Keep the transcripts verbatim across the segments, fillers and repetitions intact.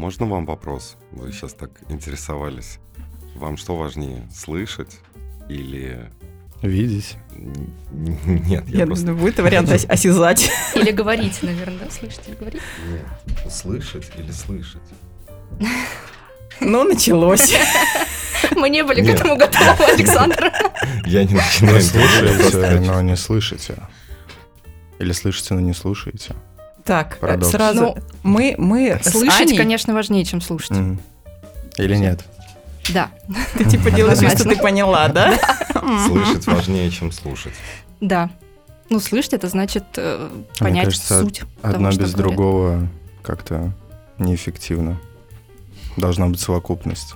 можно вам вопрос? Вы сейчас так интересовались. Вам что важнее, слышать или... Видеть? Нет, я, я просто... думаю, будет вариант осязать. Или говорить, наверное, да? Слышать или говорить? Нет, слышать или слышать? Ну, началось. Мы не были Нет. к этому готовы, Александр. Я не начинаю. Слушаете, но не слышите. Или слышите, но не слушаете. Так, Парадокс. сразу. Ну, Мы, мы с Слышать, Аней- конечно, важнее, чем слушать. М. Или нет? Да, Ты типа делаешь вид, что ты Однозначно. поняла, да? Слышать важнее, чем слушать. да. Ну, слышать это значит э, Мне понять кажется, суть того, Одно что без говорят. другого как-то неэффективно. Должна быть совокупность.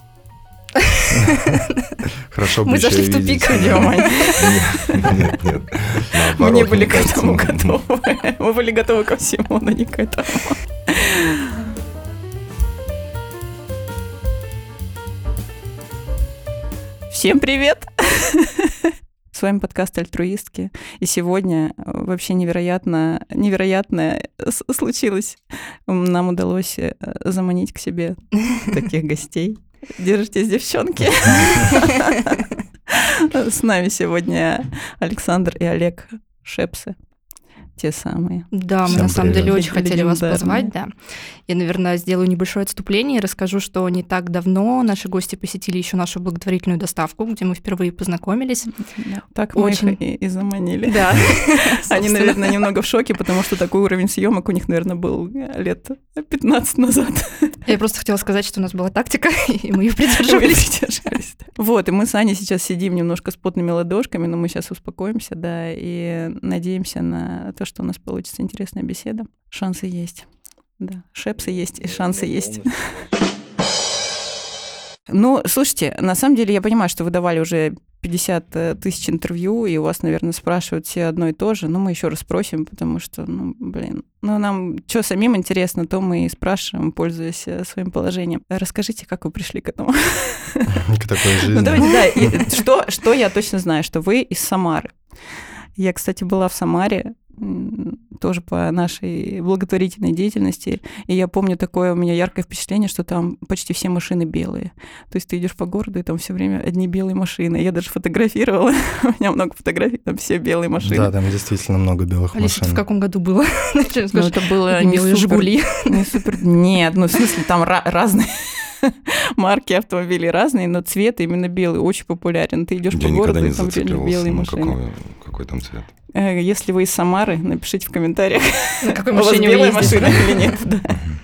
Хорошо бы Мы еще зашли и в тупик. видеть. Ё-моё. Нет, нет, нет. Мы Наоборот, не были мне к кажется, этому мы- готовы. Мы были готовы ко всему, но не к этому. Всем привет! С вами подкаст «Альтруистки». И сегодня вообще невероятно, невероятное с- случилось. Нам удалось э, заманить к себе таких гостей. Держитесь, девчонки. С нами сегодня Александр и Олег Шепсы. Те самые. Да, мы Всем на самом привет. деле очень хотели вас Легендарные. позвать, да. Я, наверное, сделаю небольшое отступление и расскажу, что не так давно наши гости посетили еще нашу благотворительную доставку, где мы впервые познакомились. Так мы Очень. их и, и заманили. Да. Они, собственно. наверное, немного в шоке, потому что такой уровень съемок у них, наверное, был лет пятнадцать назад. Я просто хотела сказать, что у нас была тактика, и мы ее Мы придерживались. придерживались, да. Вот, и мы с Аней сейчас сидим немножко с потными ладошками, но мы сейчас успокоимся, да, и надеемся на то, что у нас получится интересная беседа. Шансы есть. Да, шепсы есть, и шансы есть. Ну, слушайте, на самом деле я понимаю, что вы давали уже пятьдесят тысяч интервью, и у вас, наверное, спрашивают все одно и то же, но мы еще раз спросим, потому что, ну, блин, ну, нам что самим интересно, то мы и спрашиваем, пользуясь э, своим положением. Расскажите, как вы пришли к этому? К такой жизни. Ну, давайте, да, и что, что я точно знаю, что вы из Самары. Я, кстати, была в Самаре, м, тоже по нашей благотворительной деятельности, и я помню такое у меня яркое впечатление, что там почти все машины белые. То есть ты идешь по городу, и там все время одни белые машины. Я даже фотографировала, у меня много фотографий, там все белые машины. Да, там действительно много белых Алиса, это в машин. каком году было? Ну, это было Одни не белые супер, «Жигули». не супер. Нет, ну в смысле там ra- разные марки автомобилей разные, но цвет именно белый очень популярен. Ты идешь Я по никогда городу, не и там реально зацикливался, белые ну машины. какой, какой там цвет. Э, Если вы из Самары, напишите в комментариях, На какой у вас машине вы белая ездите? машина или нет. Да.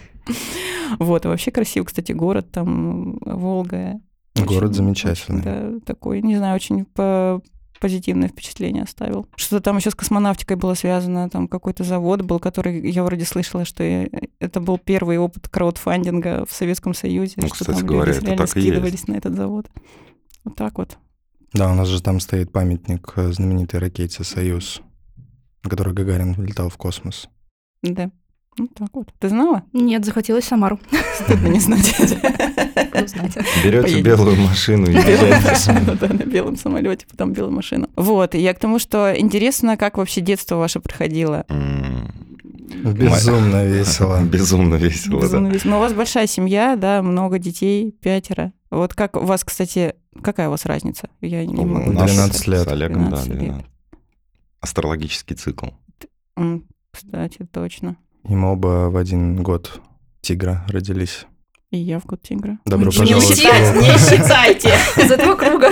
Вот, а вообще красивый, кстати, город, там Волга. Город Очень- замечательный. очень, да, такой, не знаю, очень по- позитивное впечатление оставил. Что-то там еще с космонавтикой было связано, там какой-то завод был, который, я вроде слышала, что я- это был первый опыт краудфандинга в Советском Союзе, Ну, что кстати там говоря, люди это реально так и есть. скидывались на этот завод. Вот так вот. Да, у нас же там стоит памятник э, знаменитой ракете «Союз», на которой Гагарин летал в космос. Да. Ну, так вот. Ты знала? Нет, захотелось Самару. Стыдно не знать. Буду знать. Берете Поедете. белую машину и Белую езжайте. машину, да, на белом самолете, потом белую машину. Вот, и я к тому, что интересно, как вообще детство ваше проходило. М, Безумно весело. Безумно весело, Безумно да. весело. Но у вас большая семья, да, много детей, пятеро. Вот как у вас, кстати, какая у вас разница? Я не У могу. нас двенадцать лет. С Олегом, да, двенадцать лет. двенадцать. Астрологический цикл. М, Кстати, точно. И мы оба в один год тигра родились. И я в год тигра. Добро Не пожаловать. считать, в не клуб. считайте! Из этого круга.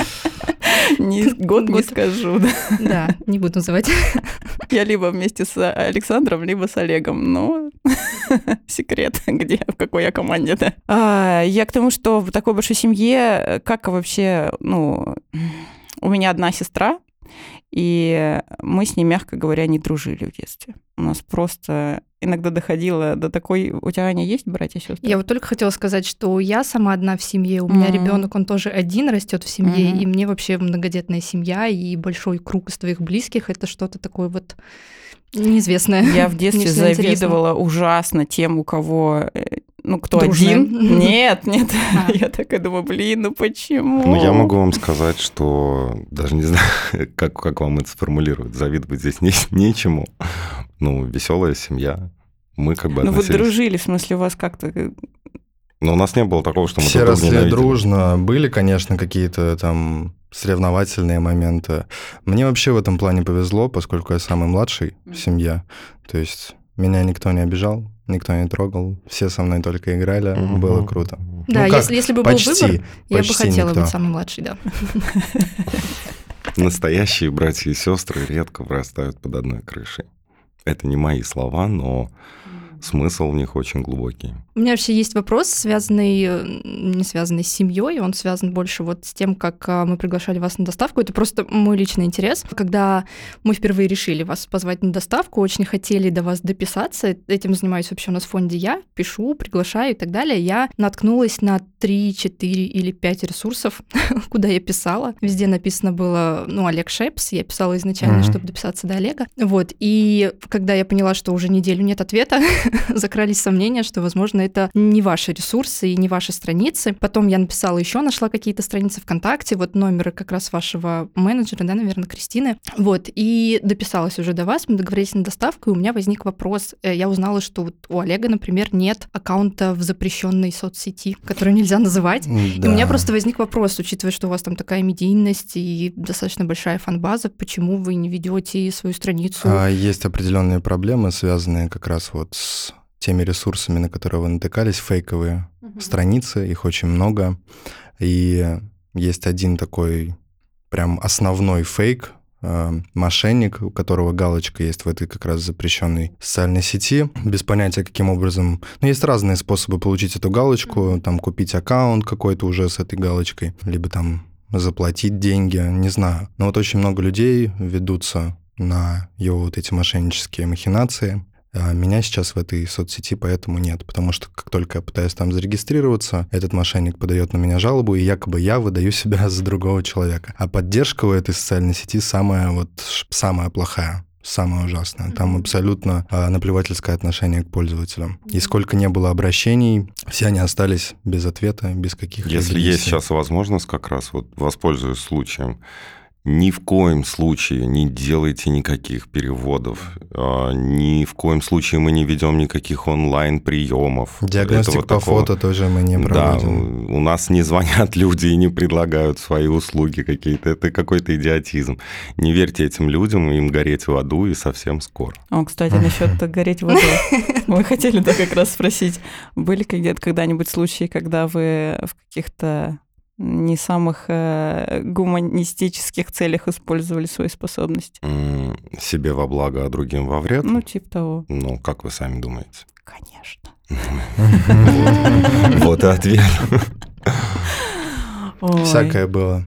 Не- Год не Год. скажу. да. Да, не буду называть. Я либо вместе с Александром, либо с Олегом. Но секрет, где, в какой я команде, да. А, я к тому, что в такой большой семье, как вообще, ну, у меня одна сестра, и мы с ней, мягко говоря, не дружили в детстве. У нас просто иногда доходило до такой... У тебя, Аня, есть братья-сестры? Я вот только хотела сказать, что я сама одна в семье, у меня Мгм. ребенок, он тоже один растет в семье, Мгм. и мне вообще многодетная семья и большой круг из твоих близких это что-то такое вот неизвестное. Я в детстве Мне всегда интересно. завидовала ужасно тем, у кого, э, ну, кто Дружная. один. Нет, нет. А. Я такая думаю, блин, ну почему? Ну, я могу вам сказать, что даже не знаю, как, как вам это сформулировать. Завидовать здесь не, нечему. Ну, веселая семья. мы как бы Ну, вы относились... дружили, в смысле, у вас как-то... Но у нас не было такого, что мы Все друг друга росли ненавидели. дружно. Были, конечно, какие-то там соревновательные моменты. Мне вообще в этом плане повезло, поскольку я самый младший в семье. То есть меня никто не обижал, никто не трогал. Все со мной только играли. Мгм. Было круто. Да, Ну как, если, если бы почти, был выбор, я бы почти хотела никто. быть самой младшей, да. Настоящие братья и сестры редко вырастают под одной крышей. Это не мои слова, но смысл в них очень глубокий. У меня вообще есть вопрос, связанный, э, не связанный с семьей, он связан больше вот с тем, как а, мы приглашали вас на доставку. Это просто мой личный интерес. Когда мы впервые решили вас позвать на доставку, очень хотели до вас дописаться. Этим занимаюсь вообще у нас в фонде я, пишу, приглашаю и так далее. Я наткнулась на три, четыре или пять ресурсов, куда я писала. Везде написано было, ну, Олег Шепс. Я писала изначально, Мгм. чтобы дописаться до Олега. Вот. И когда я поняла, что уже неделю нет ответа, закрались сомнения, что, возможно, это не ваши ресурсы и не ваши страницы. Потом я написала еще, нашла какие-то страницы ВКонтакте, вот номер как раз вашего менеджера, да, наверное, Кристины. Вот, и дописалась уже до вас, мы договорились на доставку, и у меня возник вопрос. Э, Я узнала, что вот у Олега, например, нет аккаунта в запрещенной соцсети, которую нельзя называть. И у меня просто возник вопрос, учитывая, что у вас там такая медийность и достаточно большая фан-база, почему вы не ведете свою страницу? А, Есть определенные проблемы, связанные как раз вот с теми ресурсами, на которые вы натыкались, фейковые Мгм. страницы, их очень много. И есть один такой прям основной фейк, э, мошенник, у которого галочка есть в этой как раз запрещенной социальной сети, без понятия, каким образом... Ну, есть разные способы получить эту галочку, там купить аккаунт какой-то уже с этой галочкой, либо там заплатить деньги, не знаю. Но вот очень много людей ведутся на его вот эти мошеннические махинации. А меня сейчас в этой соцсети поэтому нет, потому что как только я пытаюсь там зарегистрироваться, этот мошенник подает на меня жалобу, и якобы я выдаю себя за другого человека. А поддержка у этой социальной сети самая вот ш- самая плохая. Самое ужасное. Там Мгм. абсолютно а, наплевательское отношение к пользователям. И сколько не было обращений, все они остались без ответа, без каких-либо Если есть действий. сейчас возможность, как раз вот воспользуюсь случаем, ни в коем случае не делайте никаких переводов, а, ни в коем случае мы не ведем никаких онлайн-приемов. Диагностику Этого по такого- фото тоже мы не Да, проводим. у нас не звонят люди и не предлагают свои услуги какие-то. Это какой-то идиотизм. Не верьте этим людям, им гореть в аду и совсем скоро. О, кстати, насчет гореть водой. Мы хотели да как раз спросить, были где-то когда-нибудь случаи, когда вы в каких-то не самых э, гуманистических целях использовали свои способности? М, Себе во благо, а другим во вред? Ну, типа того. Ну, как вы сами думаете? Конечно. Вот и ответ. Ой. Всякое было.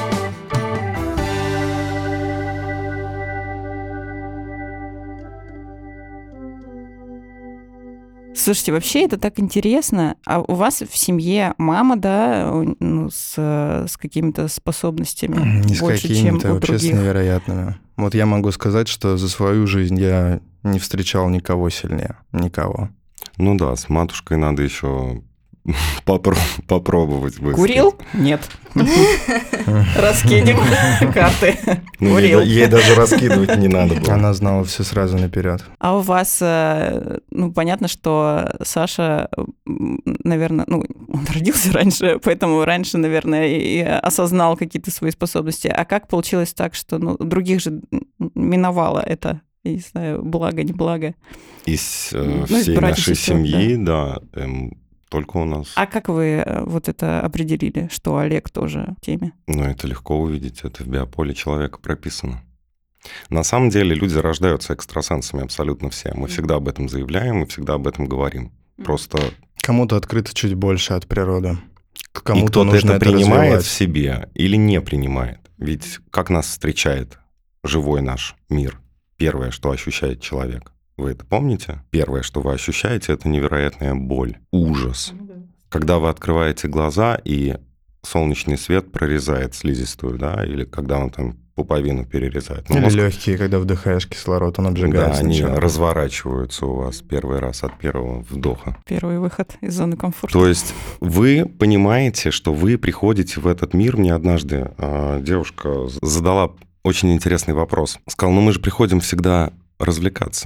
Слушайте, вообще это так интересно. А у вас в семье мама, да, у- ну, с, э, с какими-то способностями Не с больше, чем какими-то, у вообще с других? невероятными. Вот я могу сказать, что за свою жизнь я не встречал никого сильнее. Никого. Ну да, с матушкой надо еще попробовать быстро. Курил? Нет. Раскинем карты. Ну, ей, Курил. да- ей даже раскидывать не надо было. Она знала все сразу наперед. А у вас, э, ну, понятно, что Саша, м, наверное, ну, он родился раньше, поэтому раньше, наверное, и осознал какие-то свои способности. А как получилось так, что, ну, других же миновало это? Я не знаю, благо, не благо. Из э, Ну, из всей братьев, нашей сестер, семьи, да, эм, только у нас. А как вы э, вот это определили, что Олег тоже в теме? Ну, это легко увидеть, это в биополе человека прописано. На самом деле люди рождаются экстрасенсами абсолютно все. Мы всегда об этом заявляем и всегда об этом говорим. Просто Кому-то открыто чуть больше от природы. и Кому-то кто-то нужно это это принимает развивать. в себе или не принимает. Ведь как нас встречает живой наш мир? Первое, что ощущает человек. Вы это помните? Первое, что вы ощущаете, это невероятная боль, ужас. Когда вы открываете глаза, и солнечный свет прорезает слизистую, да, или когда он там пуповину перерезает. Ну, Или мозг- легкие, когда вдыхаешь кислород, он обжигает Да, они сначала. разворачиваются у вас первый раз от первого вдоха. Первый выход из зоны комфорта. То есть вы понимаете, что вы приходите в этот мир. Мне однажды а, девушка задала очень интересный вопрос. Сказала, ну мы же приходим всегда развлекаться.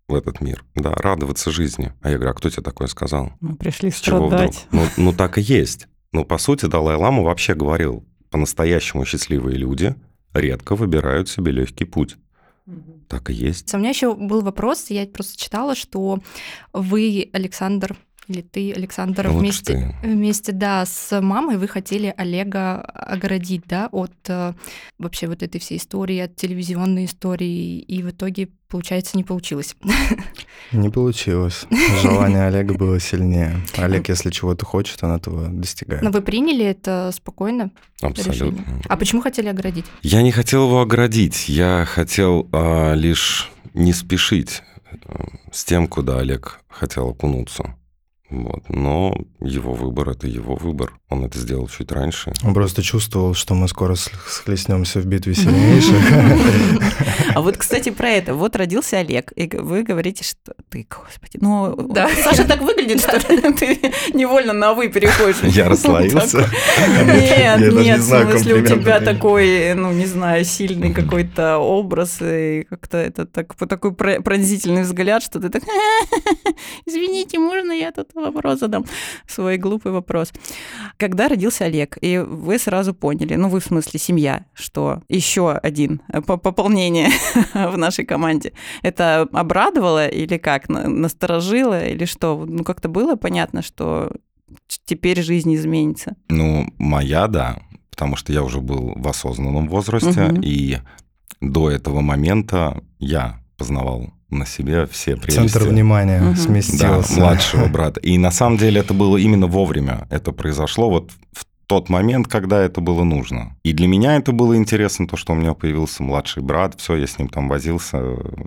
в этот мир, да, радоваться жизни. А я говорю, а кто тебе такое сказал? Мы пришли С чего вдруг? страдать. Ну, ну, так и есть. Ну, по сути, Далай-лама вообще говорил, по-настоящему счастливые люди редко выбирают себе легкий путь. Так и есть. У меня еще был вопрос, я просто читала, что вы, Александр, или ты, Александр, Лучше вместе, ты. вместе, да, с мамой вы хотели Олега огородить, да, от э, вообще вот этой всей истории, от телевизионной истории, и в итоге, получается, не получилось. Не получилось. Желание Олега было сильнее. Олег, если чего-то хочет, он этого достигает. Но вы приняли это спокойно? Абсолютно. Решение. А почему хотели оградить? Я не хотел его оградить, я хотел а, лишь не спешить а, с тем, куда Олег хотел окунуться. Вот. Но его выбор — это его выбор. Он это сделал чуть раньше. Он просто чувствовал, что мы скоро схлестнемся в битве сильнейших. А вот, кстати, про это. Вот родился Олег, и вы говорите, что ты, господи, ну, Да. Саша так выглядит, что ты невольно на «вы» переходишь. Я расслоился. Нет, Я даже не нет, в знаю смысле, у комплимента тебя принять. такой, ну, не знаю, сильный какой-то образ, и как-то это так, такой про- пронзительный взгляд, что ты так, извините, можно я тут вопрос задам? Свой глупый вопрос. Когда родился Олег, и вы сразу поняли, ну, вы в смысле семья, что еще один по- пополнение в нашей команде, это обрадовало или как, на- насторожило, или что? Ну, как-то было понятно, что теперь жизнь изменится. Ну, моя, да, потому что я уже был в осознанном возрасте, Мгм. и до этого момента я познавал на себе все прелести. Центр внимания Мгм. Да, сместился. младшего брата. И на самом деле это было именно вовремя. Это произошло вот в тот момент, когда это было нужно. И для меня это было интересно, то, что у меня появился младший брат. Все, я с ним там возился.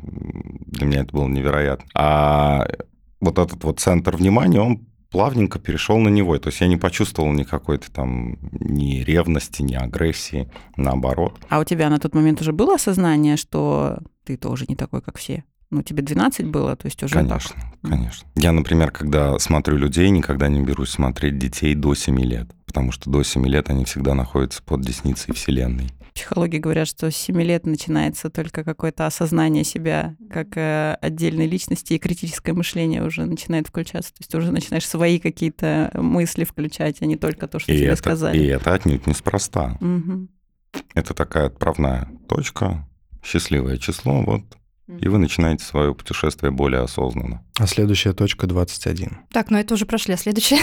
Для меня это было невероятно. А вот этот вот центр внимания, он плавненько перешел на него. То есть я не почувствовал никакой-то там ни ревности, ни агрессии. Наоборот. А у тебя на тот момент уже было осознание, что ты тоже не такой, как все? Ну, тебе двенадцать было, то есть уже Конечно, так. конечно. Я, например, когда смотрю людей, никогда не берусь смотреть детей до семи лет, потому что до семи лет они всегда находятся под десницей Вселенной. В психологии говорят, что с семи лет начинается только какое-то осознание себя как э, отдельной личности, и критическое мышление уже начинает включаться. То есть ты уже начинаешь свои какие-то мысли включать, а не только то, что И тебе это, сказали. и это отнюдь неспроста. Мгм. Это такая отправная точка, счастливое число, вот, и вы начинаете свое путешествие более осознанно. А следующая точка двадцать один. Так, ну это уже прошли, а следующее?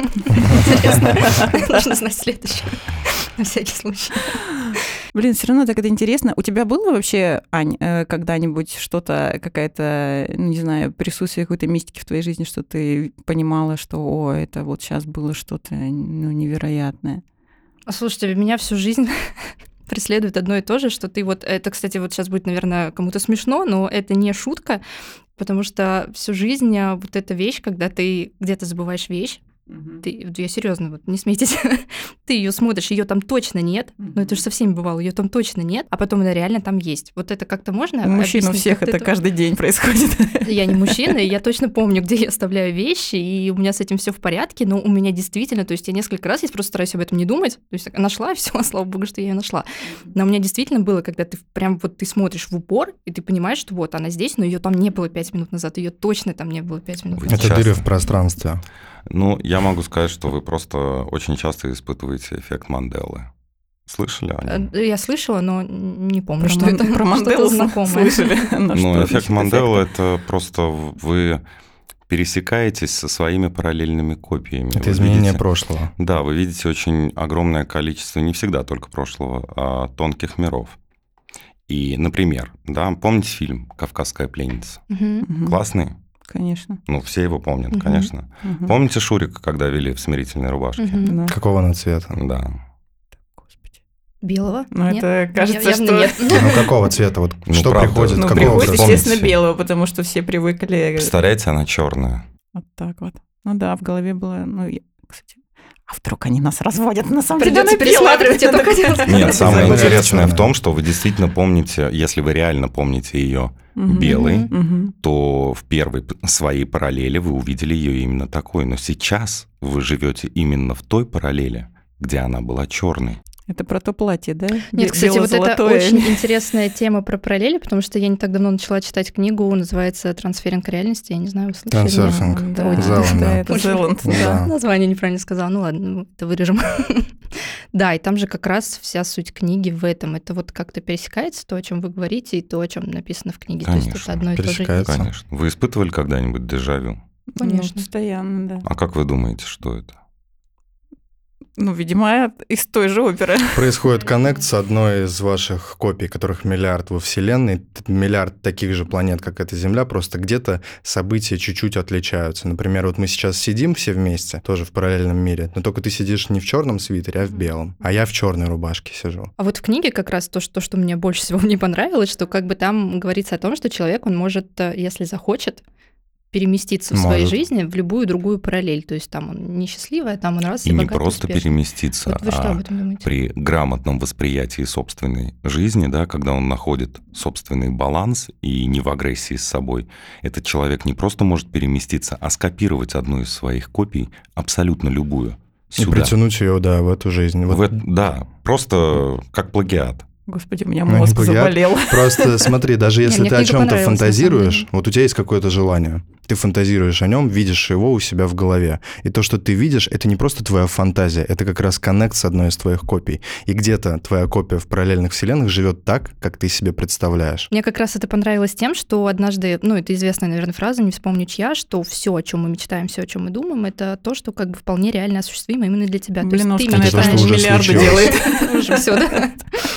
Интересно. Нужно знать следующее. На всякий случай. Блин, все равно так это интересно. У тебя было вообще, Ань, э, когда-нибудь что-то, какая-то, ну, не знаю, присутствие какой-то мистики в твоей жизни, что ты понимала, что, о, это вот сейчас было что-то, ну, невероятное? Слушайте, меня всю жизнь преследует одно и то же, что ты вот... Это, кстати, вот сейчас будет, наверное, кому-то смешно, но это не шутка, потому что всю жизнь вот эта вещь, когда ты где-то забываешь вещь, ты, я серьезно, вот не смейтесь, ты ее смотришь, ее там точно нет, но это же со всеми бывало, ее там точно нет, а потом она реально там есть. Вот это как-то можно? У мужчин у объяснить, всех как это ты каждый день происходит. Я не мужчина, и я точно помню, где я оставляю вещи, и у меня с этим все в порядке, но у меня действительно, то есть я несколько раз, я просто стараюсь об этом не думать, то есть нашла, и все, слава богу, что я ее нашла. Но у меня действительно было, когда ты прям вот ты смотришь в упор, и ты понимаешь, что вот она здесь, но ее там не было пять минут назад, ее точно там не было пять минут назад. Это Часто. дыры в пространстве. Ну, я могу сказать, что вы просто очень часто испытываете эффект Манделы. Слышали о нем? Э, Я слышала, но не помню, Про что Ман- это. про что-то Манделу знакомое. слышали? Ну, Ну, что эффект значит Манделы — эффект? это просто вы пересекаетесь со своими параллельными копиями. Это Вы изменение видите- прошлого. Да, вы видите очень огромное количество, не всегда только прошлого, а тонких миров. И, например, да, помните фильм «Кавказская пленница»? Мгм. Мгм. Классный? Конечно. Ну, все его помнят, Мгм. конечно. Мгм. Помните Шурика, когда вели в смирительной рубашке? Мгм. Да. Какого она цвета? Да. Господи. Белого? Ну, Нет? это кажется, Явно что... нет. Ну, какого цвета? Вот Ну, что правда. приходит? Ну, какого приходит, цвета? естественно, Помните? белого, потому что все привыкли... Представляете, она черная. Вот так вот. Ну да, в голове было... Ну, я- кстати... А вдруг они нас разводят? На самом деле Придется она белая. пересматривать, я только хотела сказать. Нет, самое Обязательно. интересное в Черная. том, что вы действительно помните, если вы реально помните ее Мгм. белой, Мгм. Мгм. то в первой п- своей параллели вы увидели ее именно такой. Но сейчас вы живете именно в той параллели, где она была черной. Это про то платье, да? Нет, кстати, вот это очень интересная тема про параллели, потому что я не так давно начала читать книгу, называется «Трансферинг реальности». Я не знаю, вы слышали? Трансерфинг. Да, Зеланд, да, это Зеланд, да. Название неправильно сказала, ну ладно, это вырежем. Да, и там же как раз вся суть книги в этом. Это вот как-то пересекается то, о чем вы говорите, и то, о чем написано в книге. Конечно, то есть это одно и то же. Конечно. Вы испытывали когда-нибудь дежавю? Конечно. Ну, постоянно, да. А как вы думаете, что это? Ну, видимо, из той же оперы. Происходит коннект с одной из ваших копий, которых миллиард во Вселенной, миллиард таких же планет, как эта Земля, просто где-то события чуть-чуть отличаются. Например, вот мы сейчас сидим все вместе, тоже в параллельном мире, но только ты сидишь не в черном свитере, а в белом, а я в черной рубашке сижу. А вот в книге как раз то, что, что мне больше всего не понравилось, что как бы там говорится о том, что человек, он может, если захочет, переместиться в Может. своей жизни в любую другую параллель. То есть там он несчастливый, а там он раз и И не богатый, просто успешный. переместиться, Вот вы что а об этом думаете? при грамотном восприятии собственной жизни, да, когда он находит собственный баланс и не в агрессии с собой, этот человек не просто может переместиться, а скопировать одну из своих копий, абсолютно любую, И сюда. притянуть ее, да, в эту жизнь. Вот В это- да, просто как плагиат. Господи, у меня Ну, не мозг плагиат. заболел. Просто смотри, даже если мне ты о книга чем-то понравилась, на самом фантазируешь, деле. вот у тебя есть какое-то желание, ты фантазируешь о нем, видишь его у себя в голове. И то, что ты видишь, это не просто твоя фантазия, это как раз коннект с одной из твоих копий. И где-то твоя копия в параллельных вселенных живет так, как ты себе представляешь. Мне как раз это понравилось тем, что однажды, ну, это известная, наверное, фраза, не вспомню чья, что все, о чем мы мечтаем, все, о чем мы думаем, это то, что как бы вполне реально осуществимо именно для тебя. Блиновская то на есть ты это это то, что уже миллиарды случилось. делает. Уже все, да?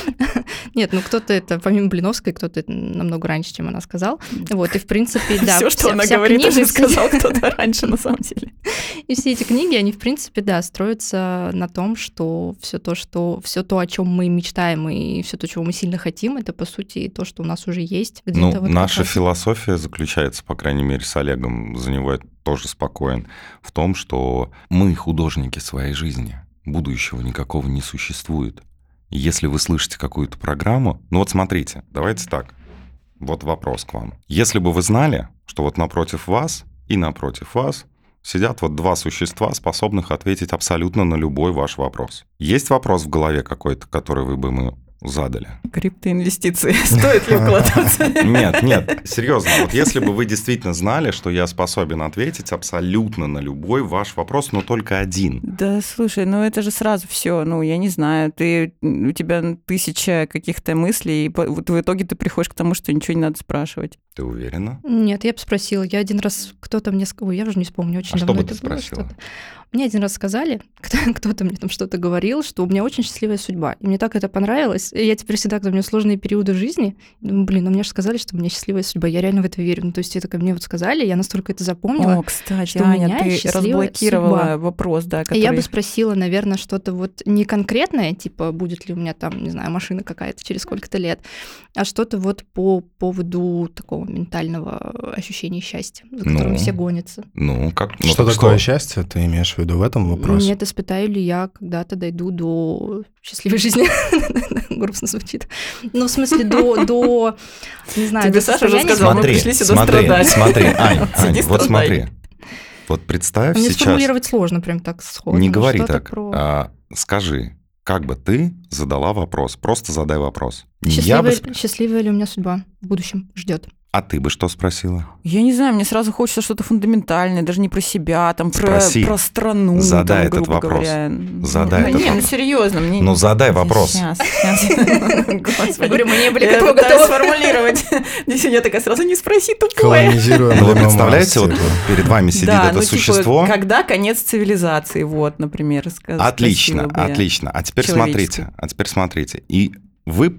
Нет, ну кто-то это, помимо Блиновской, кто-то это намного раньше, чем она сказала. Вот, и в принципе, да. Все, что вся- она вся говорит, книга, уже все- сказал кто-то раньше, на самом деле. И все эти книги, они, в принципе, да, строятся на том, что все то, что все то, о чем мы мечтаем, и все то, чего мы сильно хотим, это, по сути, то, что у нас уже есть. Где-то Ну, вот как наша раз. философия заключается, по крайней мере, с Олегом, за него я тоже спокоен, в том, что мы художники своей жизни, будущего никакого не существует. И если вы слышите какую-то программу, ну вот смотрите, давайте так, вот вопрос к вам. Если бы вы знали, что вот напротив вас и напротив вас сидят вот два существа, способных ответить абсолютно на любой ваш вопрос. Есть вопрос в голове какой-то, который вы бы ему задали? Криптоинвестиции. Стоит ли вкладываться? Нет, нет, серьезно. Вот если бы вы действительно знали, что я способен ответить абсолютно на любой ваш вопрос, но только один. Да, слушай, ну это же сразу все, ну я не знаю, ты, у тебя тысяча каких-то мыслей, и по- вот в итоге ты приходишь к тому, что ничего не надо спрашивать. Ты уверена? Нет, я бы спросила. Я один раз, кто-то мне сказал, я уже не вспомню, очень А что давно бы ты это было. спросила? что-то. Мне один раз сказали, кто- кто-то мне там что-то говорил, что у меня очень счастливая судьба. И мне так это понравилось. И я теперь всегда, когда у меня сложные периоды в жизни, думаю, блин, ну мне же сказали, что у меня счастливая судьба. Я реально в это верю. Ну, то есть это ко мне вот сказали, я настолько это запомнила. О, кстати, что у Аня, меня ты счастливая разблокировала судьба. вопрос, да, И который... я бы спросила, наверное, что-то вот не конкретное, типа, будет ли у меня там, не знаю, машина какая-то через сколько-то лет, а что-то вот по поводу такого ментального ощущения счастья, за которым Ну. все гонятся. Ну, как? Ну, Что так такое счастье, ты имеешь в виду в этом вопросе? Нет, испытаю ли я когда-то дойду до счастливой жизни? Грустно звучит. Ну, в смысле, до, до не знаю, Тебе до Саша уже состояния- сказал, мы Смотри, пришли сюда смотри, страдать. смотри, Ань, Сиди, Ань, вот страдай. смотри. Вот представь Мне сейчас... сформулировать сложно прям так сходу. Не но говори что-то так. про- А, скажи, как бы ты задала вопрос? Просто задай вопрос. Не я Счастливая, бы... сп- счастливая ли у меня судьба в будущем ждет? А ты бы что спросила? Я не знаю, мне сразу хочется что-то фундаментальное, даже не про себя, там, про, Спроси. про страну. Задай там, этот грубо вопрос. говоря. Задай ну, этот не, ну вопрос. серьезно. Мне... Ну, задай вопрос. Сейчас, сейчас. Господи. говорю, мы не были к Я этому пытаюсь готовы. сформулировать. Здесь я такая сразу, не спроси, тупое. Колонизируем Ну, вы Лемон представляете, Масс, вот типа. перед вами сидит Да, это ну, типа, существо. когда конец цивилизации, вот, например, сказ- Отлично, спросила бы я. отлично. А теперь Человеческий. смотрите, а теперь смотрите. И вы,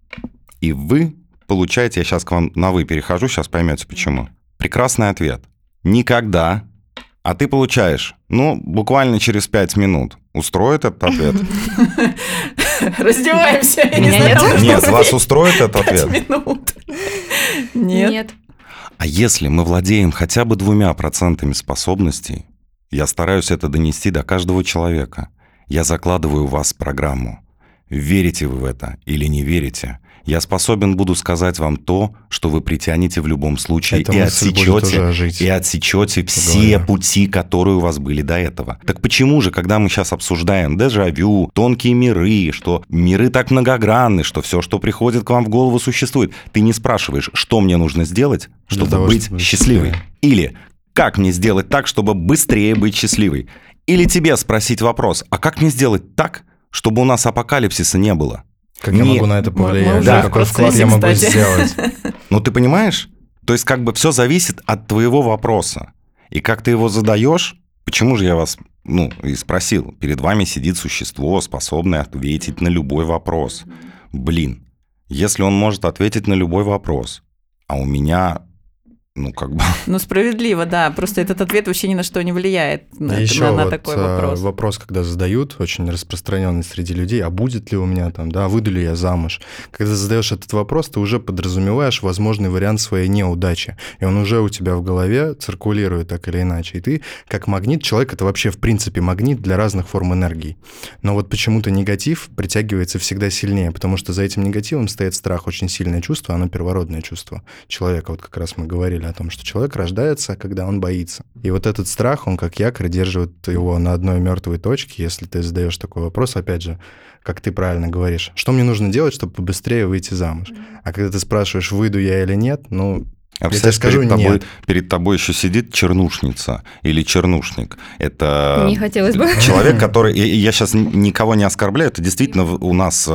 и вы получаете, я сейчас к вам на «вы» перехожу, сейчас поймете почему. Прекрасный ответ. Никогда. А ты получаешь, ну, буквально через пять минут. Устроит этот ответ? Раздеваемся. я не Меня знаю, нет. нужно Нет, за вас устроит этот пять ответ? минут. Нет. Нет. А если мы владеем хотя бы двумя процентами способностей, я стараюсь это донести до каждого человека. Я закладываю в вас программу. верите вы в это или не верите. Я способен буду сказать вам то, что вы притянете в любом случае Эта и мысль будет уже отсечете, жить и отсечете в все голове. пути, которые у вас были до этого. Так почему же, когда мы сейчас обсуждаем дежавю, тонкие миры, что миры так многогранны, что все, что приходит к вам в голову, существует, ты не спрашиваешь, что мне нужно сделать, Для чтобы того, быть чтобы быть счастливой? счастливой. Или как мне сделать так, чтобы быстрее быть счастливой? Или тебе спросить вопрос, а как мне сделать так, чтобы у нас апокалипсиса не было? Как я Нет. могу на это Мы- мы повлиять? уже Да, в какой процессе, вклад я могу кстати. сделать? Ну, ты понимаешь? То есть как бы все зависит от твоего вопроса. И как ты его задаешь, почему же я вас, ну, и спросил, перед вами сидит существо, способное ответить на любой вопрос. Блин, если он может ответить на любой вопрос, а у меня, ну, как бы... Ну, справедливо, да. Просто этот ответ вообще ни на что не влияет на, И еще на- на вот такой э, вопрос. вопрос, когда задают, очень распространенный среди людей, а будет ли у меня там, да, выйду ли я замуж? Когда задаешь этот вопрос, ты уже подразумеваешь возможный вариант своей неудачи, и он уже у тебя в голове циркулирует так или иначе. И ты, как магнит, человек — это вообще в принципе магнит для разных форм энергии. Но вот почему-то негатив притягивается всегда сильнее, потому что за этим негативом стоит страх, очень сильное чувство, оно первородное чувство человека. Вот как раз мы говорили о том, что человек рождается, когда он боится. И вот этот страх, он как якорь держит его на одной мертвой точке. Если ты задаешь такой вопрос, опять же, как ты правильно говоришь, что мне нужно делать, чтобы побыстрее выйти замуж? А когда ты спрашиваешь, выйду я или нет, ну, А я тебе представляешь, скажу перед тобой, нет. перед тобой еще сидит чернушница или чернушник. Это Не хотелось бы. человек, который... И и я сейчас никого не оскорбляю, это действительно в- у нас э,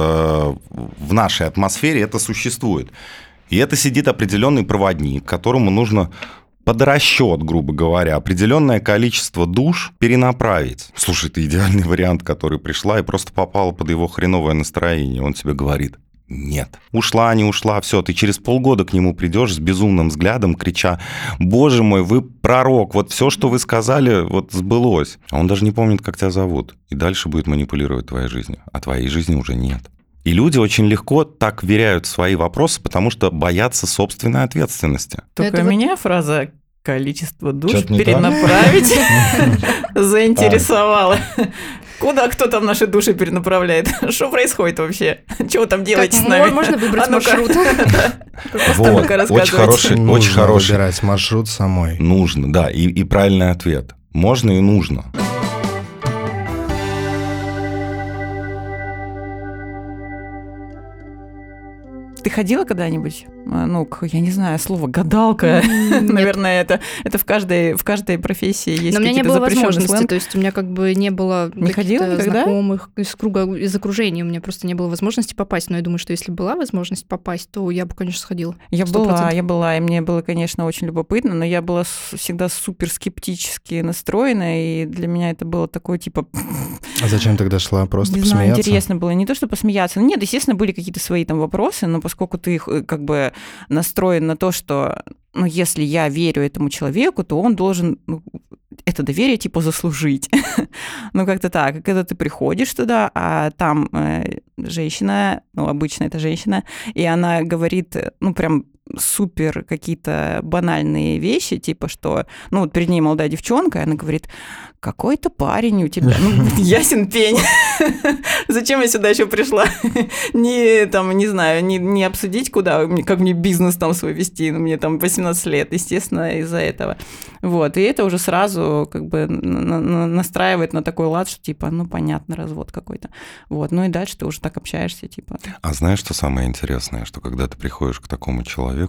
в нашей атмосфере это существует. И это сидит определенный проводник, которому нужно под расчет, грубо говоря, определенное количество душ перенаправить. Слушай, это идеальный вариант, который пришла и просто попала под его хреновое настроение. Он тебе говорит: нет. Ушла, не ушла, все. Ты через полгода к нему придешь с безумным взглядом, крича: боже мой, вы пророк, вот все, что вы сказали, вот сбылось. А он даже не помнит, как тебя зовут. И дальше будет манипулировать твоей жизнью. А твоей жизни уже нет. И люди очень легко так веряют в свои вопросы, потому что боятся собственной ответственности. Только Это вот- меня фраза «количество душ Чё-то не так? перенаправить» заинтересовала. Куда кто там наши души перенаправляет? Что происходит вообще? Чего там делаете Как с нами? можно выбрать А ну-ка. маршрут? Просто Вот, ну-ка очень рассказывайте. хороший, очень Нужно хороший. выбирать маршрут самой. Нужно, да, и, и правильный ответ. Можно и нужно. Ты ходила когда-нибудь? А, Ну, к- я не знаю, слово гадалка. Нет. Наверное, это, это в, каждой, в каждой профессии есть Но у меня не какие-то было запрещенные возможности, сленг. то есть у меня как бы не было Не ходила каких-то никогда? знакомых из круга, из окружения, у меня просто не было возможности попасть. Но я думаю, что если была возможность попасть, то я бы, конечно, сходила. Я Сто была, процентов. я была, и мне было, конечно, очень любопытно, но я была с- всегда супер скептически настроена, и для меня это было такое, типа, А зачем тогда шла? Просто не знаю, посмеяться? интересно было. Не то, что посмеяться. Ну, нет, естественно, были какие-то свои там вопросы, но поскольку ты их, э, как бы настроен на то, что, ну, если я верю этому человеку, то он должен, ну, это доверие, типа, заслужить. Ну, как-то так. И когда ты приходишь туда, а там э, женщина, ну, обычно это женщина, и она говорит, э, ну, прям супер какие-то банальные вещи, типа, что, ну, вот перед ней молодая девчонка, и она говорит: какой-то парень у тебя, ну, ясен пень. Зачем я сюда еще пришла? Не, там, не знаю, не, не обсудить, куда, мне- как мне бизнес там свой вести, ну, мне там восемнадцать лет, естественно, из-за этого. Вот, и это уже сразу как бы на- на- настраивает на такой лад, что типа, ну, понятно, развод какой-то. Вот, ну и дальше ты уже так общаешься, типа. А знаешь, что самое интересное? Что когда ты приходишь к такому человеку,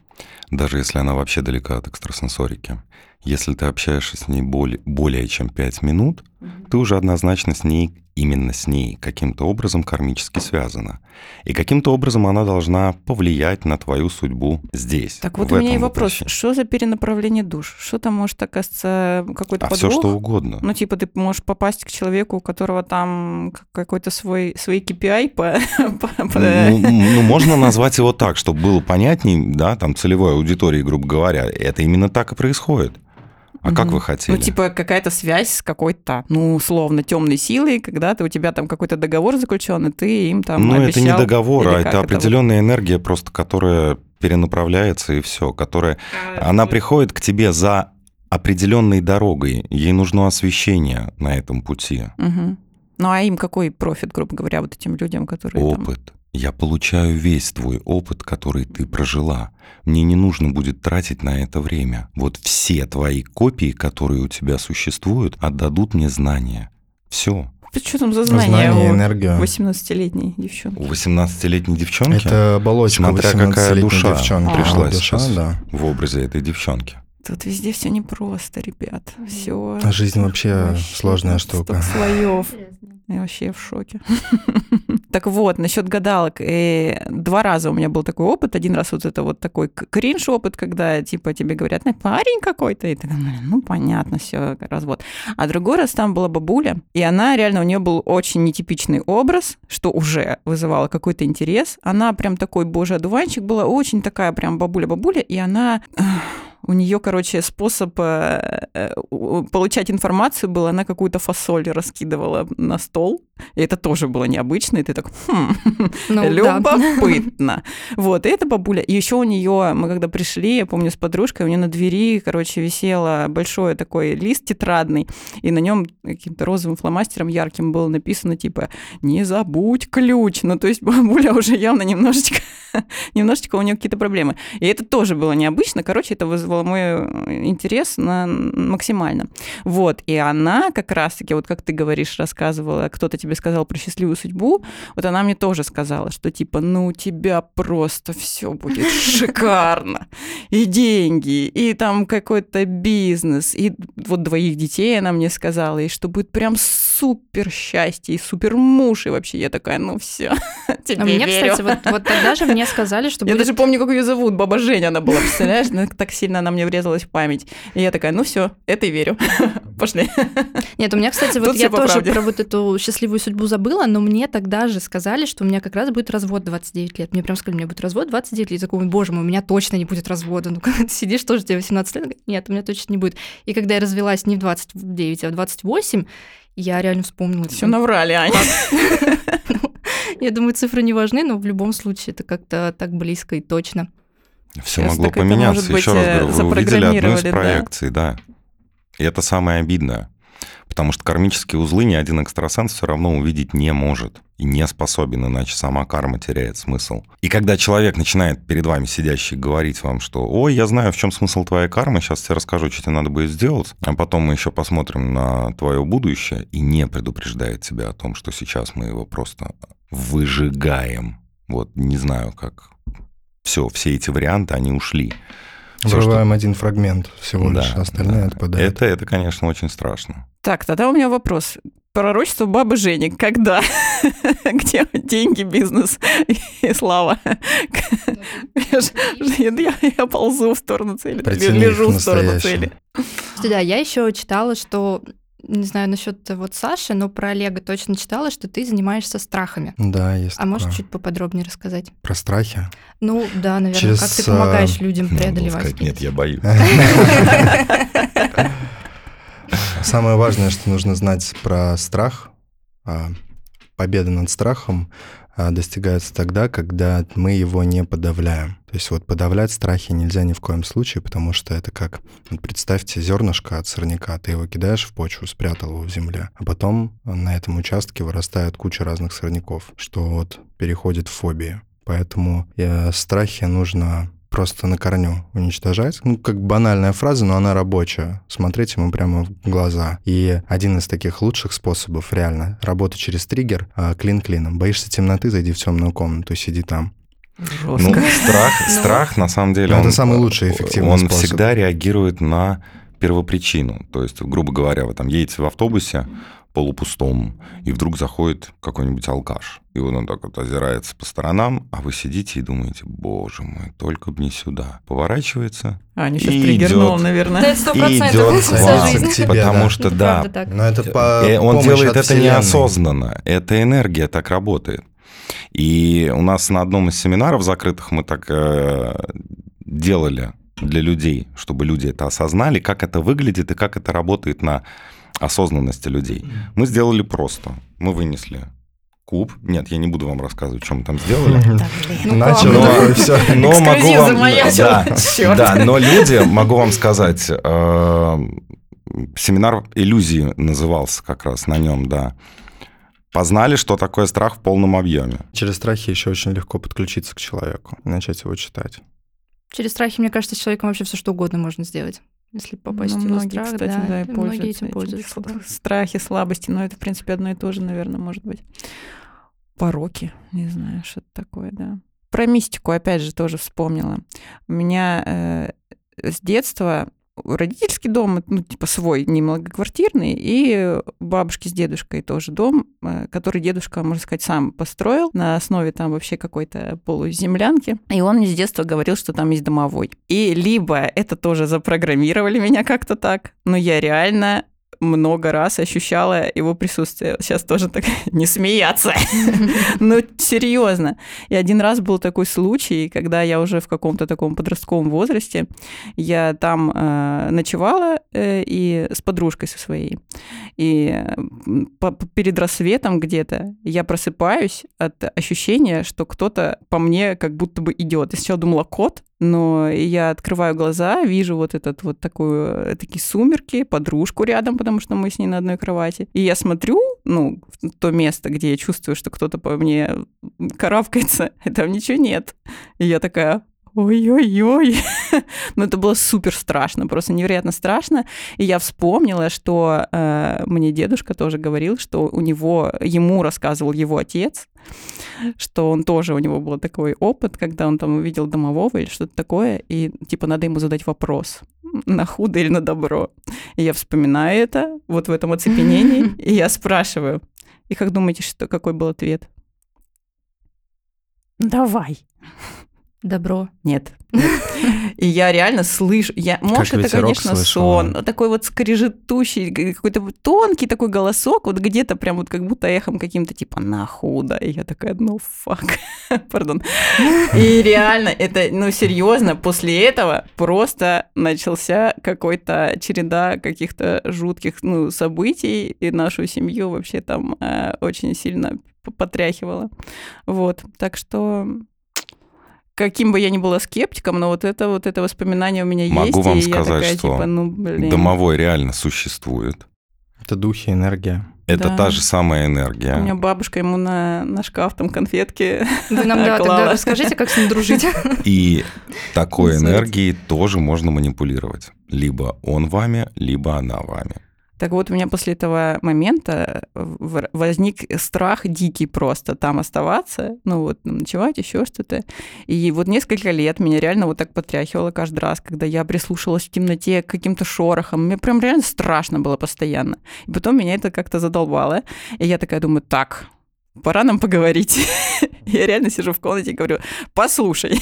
даже если она вообще далека от экстрасенсорики, если ты общаешься с ней более, более чем пять минут, ты уже однозначно с ней, именно с ней, каким-то образом кармически связана. И каким-то образом она должна повлиять на твою судьбу здесь. Так вот в у меня и этом вопрос, воплощении. что за перенаправление душ? Что там может оказаться какой-то А подвох? все что угодно. Ну, типа, ты можешь попасть к человеку, у которого там к- какой-то свой, свой кей пи ай по... по- по- Ну, ну, можно назвать его так, чтобы было понятней, да, там, целевой аудитории, грубо говоря. Это именно так и происходит. А как Мгм. вы хотели? Ну, типа, какая-то связь с какой-то, ну, условно, темной силой, когда ты, у тебя там какой-то договор заключен, и ты им там Ну, это не обещал, договор, или а как это вот? определенная энергия, просто которая перенаправляется, и все. Которая... Она приходит к тебе за определенной дорогой. Ей нужно освещение на этом пути. Мгм. Ну, а им какой профит, грубо говоря, вот этим людям, которые Опыт. там... Я получаю весь твой опыт, который ты прожила. Мне не нужно будет тратить на это время. Вот все твои копии, которые у тебя существуют, отдадут мне знания. Все. Что там за знания Знание, у энергия. восемнадцатилетней девчонки? У восемнадцатилетней девчонки, Это оболочка смотря какая восемнадцатилетней душа девчонки. пришла А, душа, сейчас да. в образе этой девчонки. Тут везде все непросто, ребят. Все. А жизнь вообще сложная штука. Слоев. Я вообще в шоке. Так вот, насчет гадалок. И два раза у меня был такой опыт. Один раз вот это вот такой кринж-опыт, когда типа тебе говорят, ну, парень какой-то, и ты думаешь, ну, понятно, все, развод. А другой раз там была бабуля, и она реально, у нее был очень нетипичный образ, что уже вызывало какой-то интерес. Она прям такой божий одуванчик была, очень такая прям бабуля-бабуля, и она... У нее, короче, способ э, э, получать информацию был, она какую-то фасоль раскидывала на стол, и это тоже было необычно, и ты так, хм, Ну, любопытно. Вот, и эта бабуля, и еще у нее, мы когда пришли, я помню, с подружкой, у нее на двери, короче, висело большой такой лист тетрадный, и на нем каким-то розовым фломастером ярким было написано, типа, не забудь ключ. Ну, то есть бабуля уже явно немножечко, немножечко у нее какие-то проблемы. И это тоже было необычно, короче, это вызвало мой интерес на максимально. Вот, и она как раз-таки, вот как ты говоришь, рассказывала, кто-то тебе сказал про счастливую судьбу, вот она мне тоже сказала, что типа, ну, у тебя просто все будет шикарно, и деньги, и там какой-то бизнес, и вот двоих детей она мне сказала, и что будет прям супер счастье, и супер муж, и вообще я такая, ну, все, тебе А мне, верю. кстати, вот, вот тогда же мне сказали, что Я будет... даже помню, как ее зовут, баба Женя она была, представляешь? Ну, так сильно она мне врезалась в память. И я такая, ну все, это и верю. Пошли. Нет, у меня, кстати, вот Тут я всё по тоже правде. про вот эту счастливую судьбу забыла, но мне тогда же сказали, что у меня как раз будет развод двадцать девять лет. Мне прям сказали, у меня будет развод двадцать девять лет. Я такой, боже мой, у меня точно не будет развода. Ну, когда ты сидишь, тоже тебе восемнадцать лет, нет, у меня точно не будет. И когда я развелась не в двадцать девять, а в двадцать восемь, я реально вспомнила. Все наврали, Аня. Я думаю, цифры не важны, но в любом случае это как-то так близко и точно. Все Сейчас могло так это, поменяться. может быть, Еще раз э, говорю, вы увидели одну из запрограммировали, да. проекций, да. И это самое обидное. Потому что кармические узлы ни один экстрасенс все равно увидеть не может и не способен, иначе сама карма теряет смысл. И когда человек начинает перед вами сидящий говорить вам, что «Ой, я знаю, в чем смысл твоей кармы, сейчас тебе расскажу, что тебе надо будет сделать, а потом мы еще посмотрим на твое будущее», и не предупреждает тебя о том, что сейчас мы его просто выжигаем. Вот не знаю, как... Все, все эти варианты, они ушли. Всё, Врываем что- один фрагмент всего Да, лишь, остальное да. отпадает. Это, это, конечно, очень страшно. Так, тогда у меня вопрос. Пророчество бабы Жени. Когда? Где деньги, бизнес и слава? Я ж- Я я ползу в сторону цели. Притяни Лежу их в сторону настоящим. цели. Кстати, да, я еще читала, что, не знаю насчет вот Саши, но про Олега точно читала, что ты занимаешься страхами. Да, есть А можешь такое. чуть поподробнее рассказать? Про страхи? Ну, да, наверное, Через, как ты помогаешь людям Надо было преодолевать. сказать, нет, я боюсь. Самое важное, что нужно знать про страх. а, Победа над страхом а, достигается тогда, когда мы его не подавляем. То есть вот подавлять страхи нельзя ни в коем случае, потому что это как, вот представьте, зернышко от сорняка, ты его кидаешь в почву, спрятал его в земле, а потом на этом участке вырастает куча разных сорняков, что вот переходит в фобии. Поэтому э, страхи нужно просто на корню уничтожать. Ну, как банальная фраза, но она рабочая. Смотреть ему прямо в глаза. И один из таких лучших способов, реально, работа через триггер, а, клин клином. Боишься темноты, зайди в темную комнату, сиди там. Ну, Жестко. страх, страх, на самом деле, Ну, это он, самый лучший эффективный он способ. всегда реагирует на первопричину. То есть, грубо говоря, вы там едете в автобусе полупустом, и вдруг заходит какой-нибудь алкаш. И вот он так вот озирается по сторонам, а вы сидите и думаете, боже мой, только бы не сюда. Поворачивается Аня сейчас и триггернула, идет. наверное. Да, это сто и процентов идет вся к вам, жизнь. к тебе, потому да. что, Это да, правда так. Но это по Э, он помощь делает от это Вселенной. неосознанно. Эта энергия так работает. И у нас на одном из семинаров закрытых мы так э, делали для людей, чтобы люди это осознали, как это выглядит и как это работает на осознанности людей. Мы сделали просто. Мы вынесли куб. Нет, я не буду вам рассказывать, что мы там сделали. Так, блин. Ну, Начал Но- такой, всё. Но могу Эксклюзив вам... замаячил. Да, Чёрт. да, но люди, могу вам сказать, э, семинар иллюзии назывался как раз на нем, да. познали, что такое страх в полном объеме. Через страхи еще очень легко подключиться к человеку и начать его читать. Через страхи, мне кажется, с человеком вообще все что угодно можно сделать. Если попасть Ну, в его многие, страх, кстати, да, да, и многие этим пользуются. пользуются. Да. Страхи, слабости, но это, в принципе, одно и то же, наверное, может быть. Пороки, не знаю, что-то такое, да. Про мистику, опять же, тоже вспомнила. У меня э, с детства родительский дом, ну, типа свой, не многоквартирный, и бабушки с дедушкой тоже дом, который дедушка, можно сказать, сам построил на основе там вообще какой-то полуземлянки. И он мне с детства говорил, что там есть домовой. И либо это тоже запрограммировали меня как-то так, но я реально много раз ощущала его присутствие. Сейчас тоже так не смеяться. Ну, серьезно. И один раз был такой случай, когда я уже в каком-то таком подростковом возрасте, я там э, ночевала э, и с подружкой со своей. И по, перед рассветом где-то я просыпаюсь от ощущения, что кто-то по мне как будто бы идет. Я сначала думала, кот, но я открываю глаза, вижу вот этот вот такую, такие сумерки, подружку рядом, потому что мы с ней на одной кровати. И я смотрю, ну, в то место, где я чувствую, что кто-то по мне карабкается, и там ничего нет. И я такая... Ой-ой-ой. Но это было супер страшно, просто невероятно страшно. И я вспомнила, что э, мне дедушка тоже говорил, что у него, ему рассказывал его отец, что он тоже, у него был такой опыт, когда он там увидел домового или что-то такое, и типа надо ему задать вопрос, на худо или на добро. И я вспоминаю это вот в этом оцепенении, и я спрашиваю, и как думаете, что, какой был ответ? Давай. Добро. Нет, нет. И я реально слышу, я, может, это, конечно, слышала. сон, такой вот скрежетущий, какой-то тонкий такой голосок, вот где-то прям вот как будто эхом каким-то типа на худо. И я такая, ну, фак, пардон. И реально, это, ну, серьезно, после этого просто начался какой-то череда каких-то жутких, ну, событий, и нашу семью вообще там э, очень сильно потряхивало. Вот, так что... Каким бы я ни была скептиком, но вот это вот это воспоминание у меня Могу есть. вам и сказать, я такая, что типа, ну, блин. домовой реально существует. Это духи, энергия. Это Да. та же самая энергия. У меня бабушка ему на, на шкаф там конфетки Вы нам, да, клала. тогда расскажите, как с ним дружить. И такой Инсайт. энергией тоже можно манипулировать. Либо он вами, либо она вами. Так вот, у меня после этого момента в- возник страх дикий просто там оставаться, ну вот ночевать, еще что-то. И вот несколько лет меня реально вот так потряхивало каждый раз, когда я прислушивалась в темноте к каким-то шорохам. Мне прям реально страшно было постоянно. И потом меня это как-то задолбало. И я такая думаю, так, пора нам поговорить. Я реально сижу в комнате и говорю, послушай,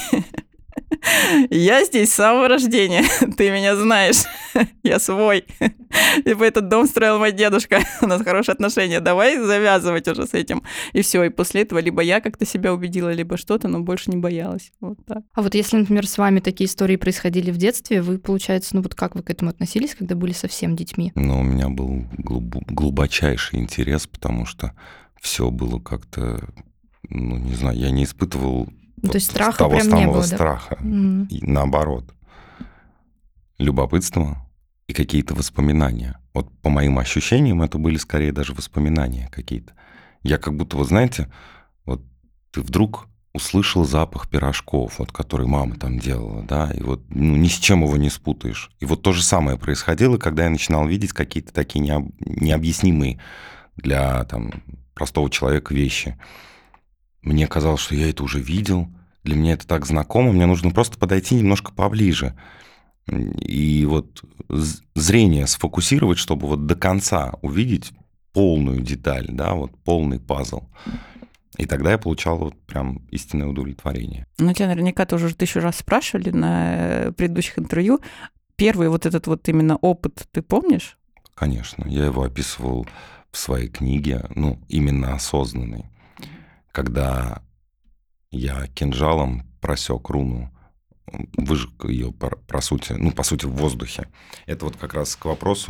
я здесь с самого рождения, ты меня знаешь, я свой. Типа этот дом строил мой дедушка, у нас хорошие отношения, давай завязывать уже с этим. И все, и после этого либо я как-то себя убедила, либо что-то, но больше не боялась. Вот так. А вот если, например, с вами такие истории происходили в детстве, вы, получается, ну вот как вы к этому относились, когда были совсем детьми? Но у меня был глуб- глубочайший интерес, потому что все было как-то, ну, не знаю, я не испытывал Ну, то есть страха того прям не самого было, да? страха. Мгм. И наоборот. Любопытство и какие-то воспоминания. Вот по моим ощущениям это были скорее даже воспоминания какие-то. Я как будто, вот знаете, вот ты вдруг услышал запах пирожков, вот, который мама там делала, да, и вот ну, ни с чем его не спутаешь. И вот то же самое происходило, когда я начинал видеть какие-то такие необ... необъяснимые для там, простого человека вещи. Мне казалось, что я это уже видел, для меня это так знакомо, мне нужно просто подойти немножко поближе. И вот зрение сфокусировать, чтобы вот до конца увидеть полную деталь, да, вот полный пазл. И тогда я получал вот прям истинное удовлетворение. Ну, тебя наверняка тоже уже тысячу раз спрашивали на предыдущих интервью. Первый вот этот вот именно опыт, ты помнишь? Конечно, я его описывал в своей книге, ну, именно осознанный. Когда я кинжалом просек руну, выжег ее, по, по сути, ну, по сути, в воздухе. Это вот как раз к вопросу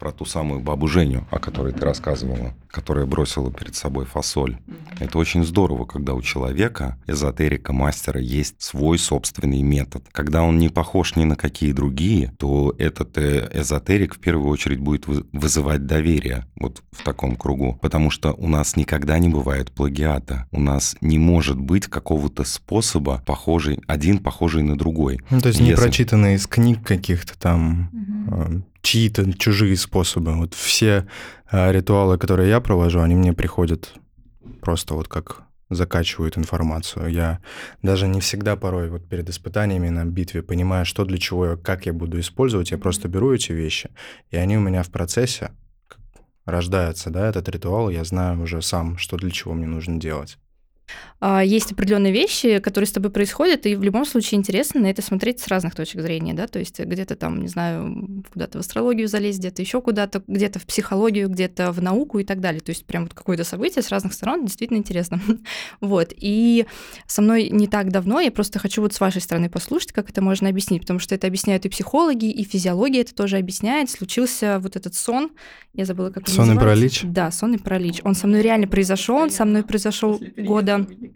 про ту самую бабу Женю, о которой ты рассказывала, которая бросила перед собой фасоль. Mm-hmm. Это очень здорово, когда у человека, эзотерика, мастера, есть свой собственный метод. Когда он не похож ни на какие другие, то этот эзотерик в первую очередь будет вызывать доверие вот в таком кругу. Потому что у нас никогда не бывает плагиата. У нас не может быть какого-то способа похожий, один похожий на другой. Ну, то есть Если... не прочитанные из книг каких-то там... Mm-hmm. чьи-то чужие способы. Вот все а, ритуалы, которые я провожу, они мне приходят просто вот как закачивают информацию. Я даже не всегда порой вот перед испытаниями на битве понимаю, что для чего, как я буду использовать. Я просто беру эти вещи, и они у меня в процессе рождаются, да, этот ритуал. Я знаю уже сам, что для чего мне нужно делать. Есть определенные вещи, которые с тобой происходят, и в любом случае интересно на это смотреть с разных точек зрения, да, то есть где-то там, не знаю, куда-то в астрологию залезть, где-то еще куда-то, где-то в психологию, где-то в науку и так далее, то есть прям вот какое-то событие с разных сторон действительно интересно. Вот, и со мной не так давно, я просто хочу вот с вашей стороны послушать, как это можно объяснить, потому что это объясняют и психологи, и физиология это тоже объясняет. Случился вот этот сон, я забыла, как он называется. Сонный паралич? Да, сонный паралич. Он со мной реально произошел, он со мной произошел года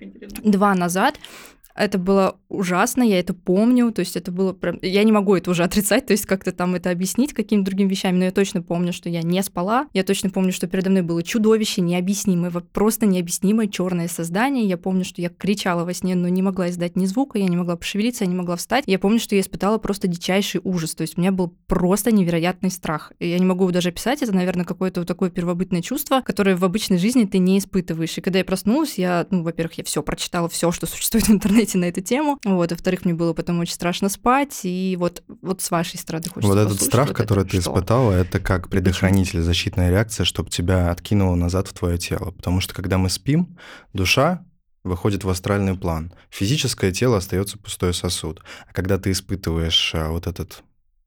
два назад. Это было ужасно, я это помню, то есть это было прям... Я не могу это уже отрицать, то есть как-то там это объяснить какими-то другими вещами, но я точно помню, что я не спала, я точно помню, что передо мной было чудовище необъяснимое, просто необъяснимое черное создание, я помню, что я кричала во сне, но не могла издать ни звука, я не могла пошевелиться, я не могла встать, я помню, что я испытала просто дичайший ужас, то есть у меня был просто невероятный страх, и я не могу даже описать, это, наверное, какое-то вот такое первобытное чувство, которое в обычной жизни ты не испытываешь, и когда я проснулась, я, ну, во-первых, я все прочитала, все, что существует в интернете на эту тему. Вот, во-вторых, мне было потом очень страшно спать, и вот, вот с вашей стороны хочется Вот этот страх, вот который это ты что? испытала, это как предохранитель, защитная реакция, чтобы тебя откинуло назад в твое тело. Потому что когда мы спим, душа выходит в астральный план. Физическое тело остается пустой сосуд. А когда ты испытываешь а, вот этот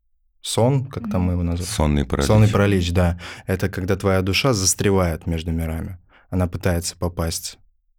сон, как там мы его называем? Сонный паралич. Сонный паралич, да. Это когда твоя душа застревает между мирами. Она пытается попасть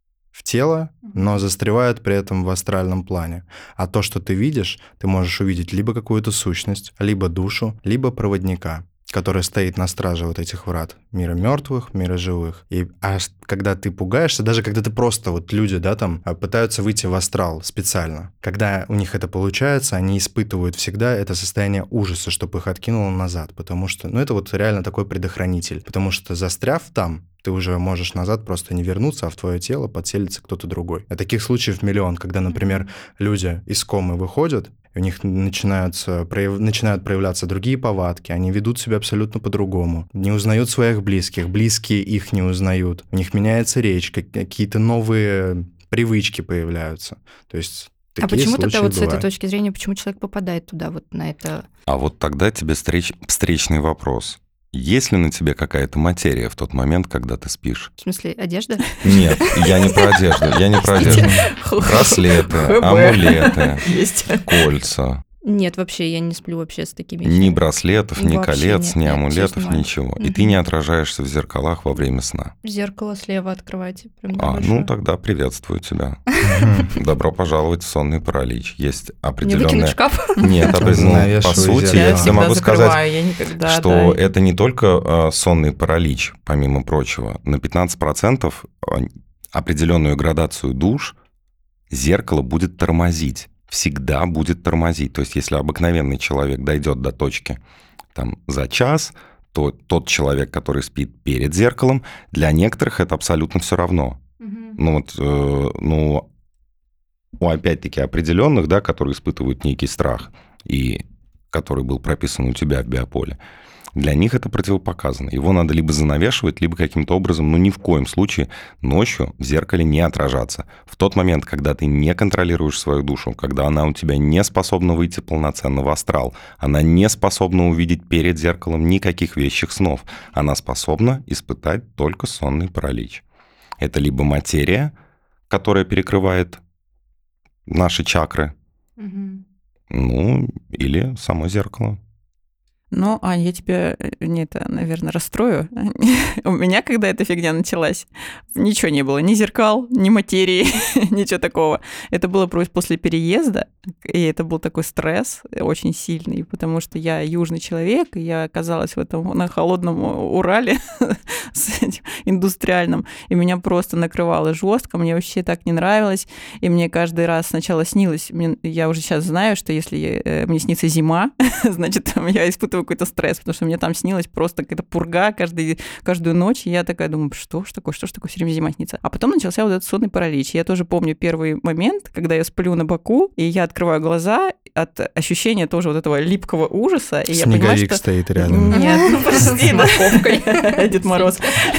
в тело, но застревает при этом в астральном плане. А то, что ты видишь, ты можешь увидеть либо какую-то сущность, либо душу, либо проводника, который стоит на страже вот этих врат мира мертвых, мира живых. И аж когда ты пугаешься, даже когда ты просто, вот люди, да, там, пытаются выйти в астрал специально, когда у них это получается, они испытывают всегда это состояние ужаса, чтобы их откинуло назад, потому что, ну, это вот реально такой предохранитель, потому что застряв там, ты уже можешь назад просто не вернуться, а в твое тело подселится кто-то другой. А таких случаев миллион, когда, например, люди из комы выходят, у них начинаются, прояв... начинают проявляться другие повадки, они ведут себя абсолютно по-другому, не узнают своих близких, близкие их не узнают, у них меняется речь, какие-то новые привычки появляются. То есть а почему тогда вот бывают. с этой точки зрения, почему человек попадает туда, вот на это? А вот тогда тебе встреч... встречный вопрос. Есть ли на тебе какая-то материя в тот момент, когда ты спишь? В смысле, одежда? Нет, я не про одежду, я не про одежду. Браслеты, амулеты, кольца. Нет, вообще, я не сплю вообще с такими вещами. Ни браслетов, ни вообще колец, нет, ни нет, амулетов, ничего. Угу. И ты не отражаешься в зеркалах во время сна. Зеркало слева от кровати. Прям а, большое. ну тогда приветствую тебя. Добро пожаловать в сонный паралич. Есть определенная... Не выкинуть шкаф? Нет, по сути, я тебе могу сказать, что это не только сонный паралич, помимо прочего. На пятнадцать процентов определенную градацию душ зеркало будет тормозить. Всегда будет тормозить. То есть если обыкновенный человек дойдет до точки там, за час, то тот человек, который спит перед зеркалом, для некоторых это абсолютно все равно. Mm-hmm. Ну вот, э, ну, у опять-таки определенных, да, которые испытывают некий страх, и который был прописан у тебя в биополе, для них это противопоказано. Его надо либо занавешивать, либо каким-то образом, ну ни в коем случае ночью в зеркале не отражаться. В тот момент, когда ты не контролируешь свою душу, когда она у тебя не способна выйти полноценно в астрал, она не способна увидеть перед зеркалом никаких вещих снов, она способна испытать только сонный паралич. Это либо материя, которая перекрывает наши чакры, угу. ну или само зеркало. Ну, Ань, я тебя не это, наверное, расстрою. У меня, когда эта фигня началась, ничего не было, ни зеркал, ни материи, ничего такого. Это было просто после переезда, и это был такой стресс очень сильный, потому что я южный человек, и я оказалась в этом на холодном Урале с этим индустриальным, и меня просто накрывало жестко, мне вообще так не нравилось, и мне каждый раз сначала снилось, мне, я уже сейчас знаю, что если э, мне снится зима, значит, я испытываю какой-то стресс, потому что мне там снилась просто какая-то пурга каждый, каждую ночь, и я такая думаю, что ж такое, что ж такое, все время зима снится. А потом начался вот этот сонный паралич. Я тоже помню первый момент, когда я сплю на боку, и я открываю глаза от ощущения тоже вот этого липкого ужаса. И Снеговик я понимаю, что... стоит рядом. Нет, ну прости, да. Дед Мороз.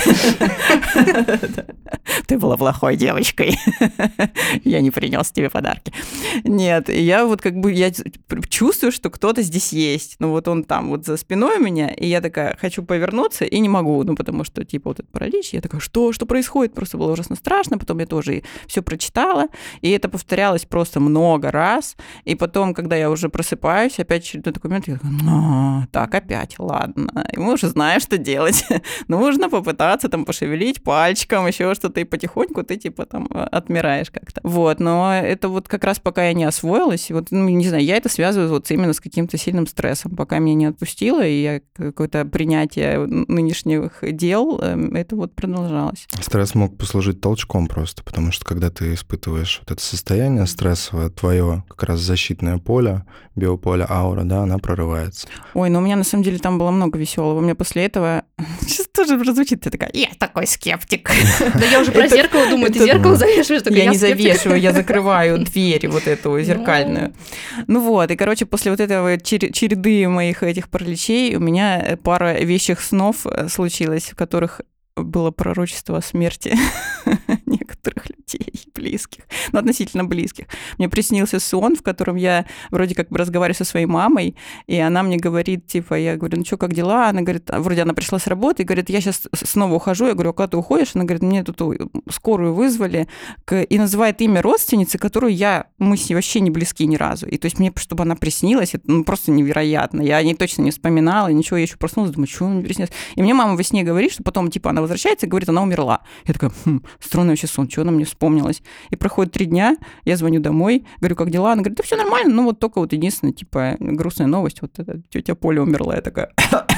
Ты была плохой девочкой. Я не принес тебе подарки. Нет, я вот как бы я чувствую, что кто-то здесь есть. Ну вот он там вот за спиной у меня, и я такая хочу повернуться и не могу, ну потому что типа вот этот паралич. Я такая, что, что происходит? Просто было ужасно страшно. Потом я тоже все прочитала, и это повторялось просто много раз. И потом, когда я уже просыпаюсь, опять через такой момент, я такая, ну, так, опять, ладно. И мы уже знаем, что делать. Нужно попытаться там пошевелить пальчиком, еще что-то, и потихоньку ты типа там отмираешь как-то. Вот, но это вот как раз пока я не освоилась, вот, ну, не знаю, я это связываю вот именно с каким-то сильным стрессом. Пока меня не отпустило, и я какое-то принятие нынешних дел, это вот продолжалось. Стресс мог послужить толчком просто, потому что когда ты испытываешь вот это состояние стрессовое, твое как раз защитное поле, биополе, аура, да, она прорывается. Ой, ну у меня на самом деле там было много веселого. У меня после этого сейчас тоже прозвучит, ты такая, я такой скептик. Да я уже про зеркало думаю, ты зеркало завешиваешь, я не завешиваю, я закрываю дверь вот эту зеркальную. Ну вот, и, короче, после вот этого череды моих этих параличей у меня пара вещих снов случилось, в которых было пророчество о смерти некоторых людей близких, ну, относительно близких. Мне приснился сон, в котором я вроде как бы разговариваю со своей мамой, и она мне говорит, типа, я говорю, ну что, как дела? Она говорит, вроде она пришла с работы, и говорит, я сейчас снова ухожу. Я говорю, а куда ты уходишь? Она говорит, мне тут скорую вызвали, и называет имя родственницы, которую я, мы с ней вообще не близки ни разу. И то есть мне, чтобы она приснилась, это ну, просто невероятно. Я о ней точно не вспоминала, и ничего, я еще проснулась, думаю, что она мне приснилась? И мне мама во сне говорит, что потом, типа, она возвращается и говорит, она умерла. Я такая, хм, странный вообще сон, что она мне вспомнилась? И проходит три дня, я звоню домой, говорю, как дела? Она говорит, да все нормально, ну вот только вот единственная, типа, грустная новость, вот эта тетя Поля умерла. Я такая,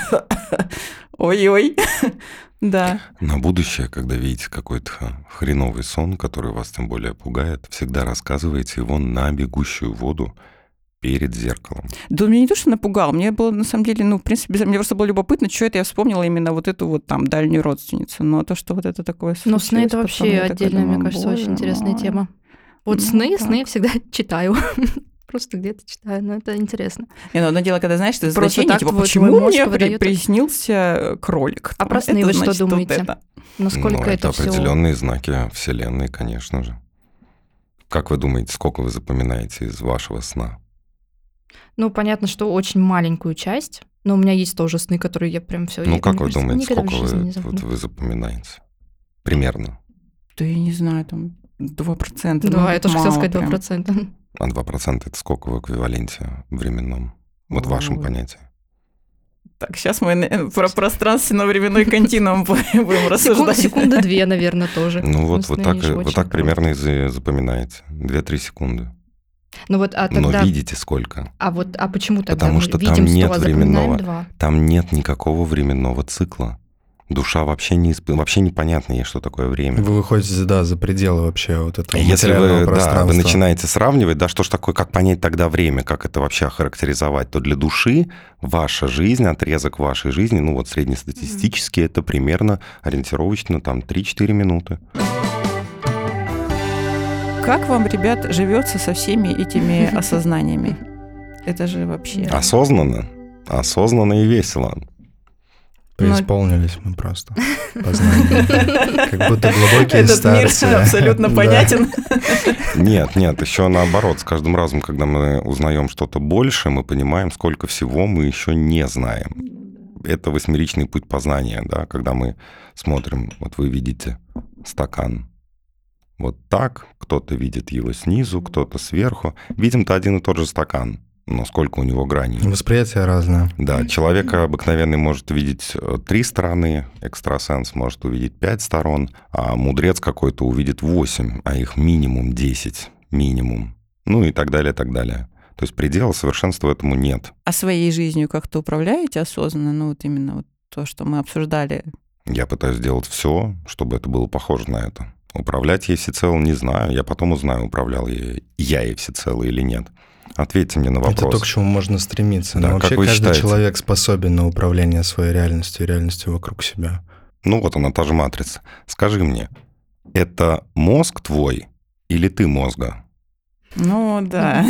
ой-ой, да. На будущее, когда видите какой-то хреновый сон, который вас тем более пугает, всегда рассказывайте его на бегущую воду перед зеркалом. Да меня не то, что напугал, мне было, на самом деле, ну, в принципе, мне просто было любопытно, что это я вспомнила именно вот эту вот там дальнюю родственницу, но то, что вот это такое случилось. Ну, сны — это вообще отдельная, мне кажется, очень интересная тема. Вот сны, сны я всегда читаю. Просто где-то читаю, но это интересно. Не, ну, одно дело, когда знаешь, что значение, типа, почему мне при, приснился кролик? А про сны вы что думаете? Насколько ну, это это все... определенные знаки Вселенной, конечно же. Как вы думаете, сколько вы запоминаете из вашего сна? Ну, понятно, что очень маленькую часть, но у меня есть тоже сны, которые я прям все. Ну, я, как вы кажется, думаете, сколько вы, вот вы запоминаете? Примерно. Да я не знаю, там два процента. Да, ну, я тоже хотела сказать прям. два процента. А два процента это сколько в эквиваленте временном? Вот в вашем понятии. Так, сейчас мы про пространственно-временной континуум будем рассуждать. Секунды две, наверное, тоже. Ну, вот, вот так, вот так примерно и запоминаете. Две-три секунды. Ну вот, а тогда... Но видите сколько? А вот, а почему тогда Потому мы что видим там сто, нет а временного, два? Там нет никакого временного цикла. Душа вообще не исп... вообще непонятно ей, что такое время. Вы выходите, да, за пределы вообще вот этого Если материального вы, пространства. да, вы начинаете сравнивать, да, что ж такое, как понять тогда время, как это вообще охарактеризовать, то для души ваша жизнь, отрезок вашей жизни, ну вот среднестатистически, mm-hmm. это примерно ориентировочно там три-четыре минуты. Как вам, ребят, живется со всеми этими осознаниями? Это же вообще... Осознанно. Осознанно и весело. Преисполнились мы просто познанием. Как будто глубокие старцы. Этот мир абсолютно понятен. Нет, нет, еще наоборот. С каждым разом, когда мы узнаем что-то больше, мы понимаем, сколько всего мы еще не знаем. Это восьмеричный путь познания, да, когда мы смотрим, вот вы видите стакан вот так, кто-то видит его снизу, кто-то сверху. Видим-то один и тот же стакан, но сколько у него граней. Восприятие разное. Да, человек обыкновенный может увидеть три стороны, экстрасенс может увидеть пять сторон, а мудрец какой-то увидит восемь, а их минимум десять, минимум. Ну и так далее, так далее. То есть предела совершенства этому нет. А своей жизнью как-то управляете осознанно? Ну вот именно вот то, что мы обсуждали. Я пытаюсь сделать все, чтобы это было похоже на это. Управлять ей всецело не знаю. Я потом узнаю, управлял я, я ей всецело или нет. Ответьте мне на вопрос. Это то, к чему можно стремиться. Да, Но вообще каждый считаете? человек способен на управление своей реальностью и реальностью вокруг себя. Ну вот она, та же матрица. Скажи мне, это мозг твой или ты мозга? Ну да.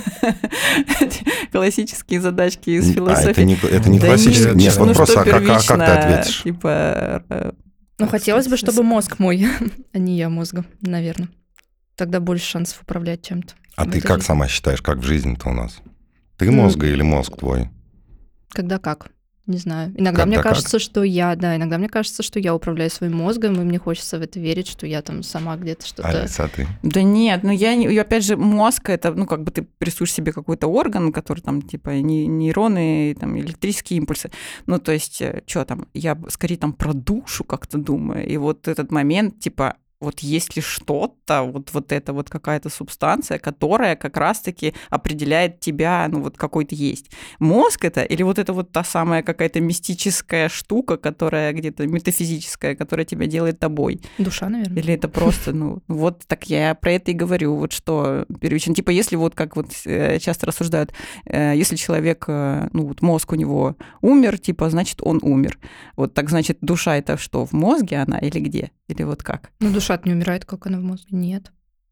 Классические задачки из философии. А, это не, это не да классические. Нет, ну, вопрос, что а как, а как ты первично, ответишь? Типа... Ну, хотелось бы, чтобы мозг мой, а не я мозга, наверное. Тогда больше шансов управлять чем-то. А ты как жизни. сама считаешь, как в жизни-то у нас? Ты мозга mm. или мозг твой? Когда как? Не знаю. Иногда Когда мне как? кажется, что я, да, иногда мне кажется, что я управляю своим мозгом, и мне хочется в это верить, что я там сама где-то что-то... Алиса, а ты? Да нет, ну я, не, опять же, мозг, это, ну, как бы ты рисуешь себе какой-то орган, который там, типа, нейроны, там, электрические импульсы. Ну, то есть, что там, я скорее там про душу как-то думаю, и вот этот момент, типа, вот есть ли что-то, вот, вот это вот какая-то субстанция, которая как раз-таки определяет тебя, ну вот какой ты есть. Мозг это или вот это вот та самая какая-то мистическая штука, которая где-то метафизическая, которая тебя делает тобой? Душа, наверное. Или это просто, ну, вот так я про это и говорю, вот что первично. Типа если вот как вот часто рассуждают, если человек, ну вот мозг у него умер, типа, значит, он умер. Вот так значит, душа это что, в мозге она или где? Или вот как? Ну, душа не умирает, как она в мозге? Нет.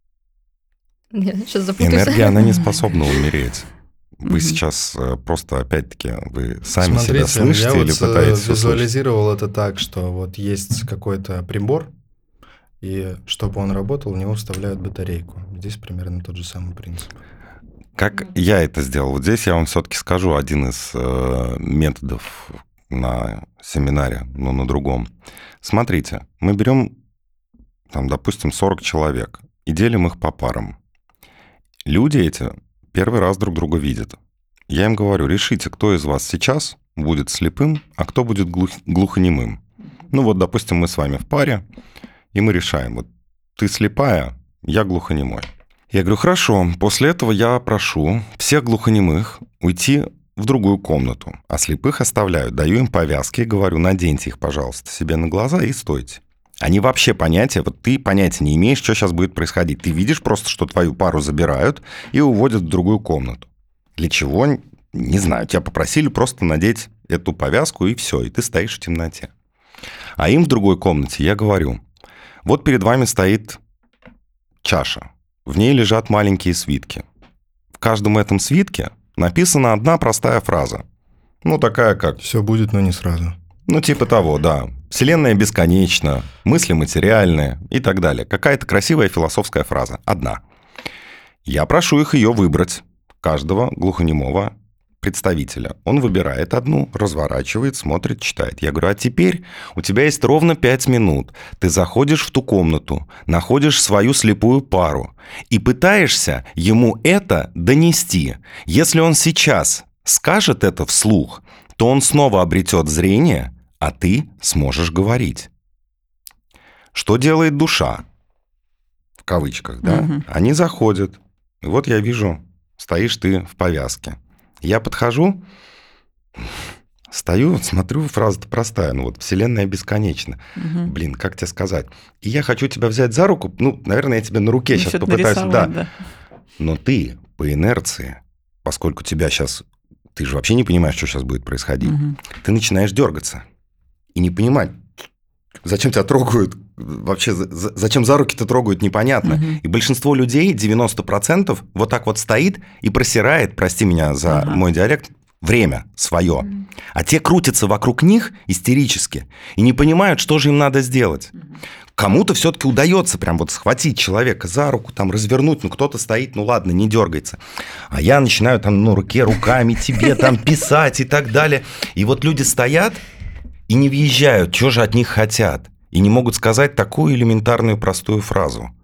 Я сейчас запутаюсь. Энергия, она не способна умереть. Вы Mm-hmm. сейчас просто, опять-таки, вы сами Смотрите, себя слышите я или вот пытаетесь визуализировал услышать? Это так, что вот есть какой-то прибор, и чтобы он работал, в него вставляют батарейку. Здесь примерно тот же самый принцип. Как я это сделал? Вот здесь я вам все-таки скажу один из э, методов на семинаре, но на другом. Смотрите, мы берем, там, допустим, сорок человек и делим их по парам. Люди эти первый раз друг друга видят. Я им говорю, решите, кто из вас сейчас будет слепым, а кто будет глух... глухонемым. Ну вот, допустим, мы с вами в паре, и мы решаем, вот ты слепая, я глухонемой. Я говорю, хорошо, после этого я прошу всех глухонемых уйти в другую комнату, а слепых оставляю, даю им повязки и говорю, наденьте их, пожалуйста, себе на глаза и стойте. Они вообще понятия, вот ты понятия не имеешь, что сейчас будет происходить. Ты видишь просто, что твою пару забирают и уводят в другую комнату. Для чего? Не знаю. Тебя попросили просто надеть эту повязку и все, и ты стоишь в темноте. А им в другой комнате я говорю, вот перед вами стоит чаша, в ней лежат маленькие свитки. В каждом этом свитке написана одна простая фраза. Ну, такая как... Все будет, но не сразу. Ну, типа того, да. Вселенная бесконечна, мысли материальные и так далее. Какая-то красивая философская фраза. Одна. Я прошу их ее выбрать, каждого глухонемого представителя. Он выбирает одну, разворачивает, смотрит, читает. Я говорю, а теперь у тебя есть ровно пять минут. Ты заходишь в ту комнату, находишь свою слепую пару и пытаешься ему это донести. Если он сейчас скажет это вслух, то он снова обретет зрение, а ты сможешь говорить. Что делает душа? В кавычках, да? Угу. Они заходят. И вот я вижу, стоишь ты в повязке. Я подхожу, стою, смотрю, фраза-то простая, ну вот «Вселенная бесконечна». Угу. Блин, как тебе сказать? И я хочу тебя взять за руку, ну, наверное, я тебе на руке сейчас попытаюсь. Да. да. Но ты по инерции, поскольку тебя сейчас... Ты же вообще не понимаешь, что сейчас будет происходить. Угу. Ты начинаешь дергаться и не понимать, зачем тебя трогают, вообще зачем за руки-то трогают, непонятно. Угу. И большинство людей, девяносто процентов, вот так вот стоит и просирает, прости меня за ага. мой диалект, время свое. Угу. А те крутятся вокруг них истерически и не понимают, что же им надо сделать. Угу. Кому-то все-таки удается прям вот схватить человека за руку, там развернуть, ну кто-то стоит, ну ладно, не дергается. А я начинаю там на руке, руками тебе там писать и так далее. И вот люди стоят и не въезжают, что же от них хотят. И не могут сказать такую элементарную простую фразу.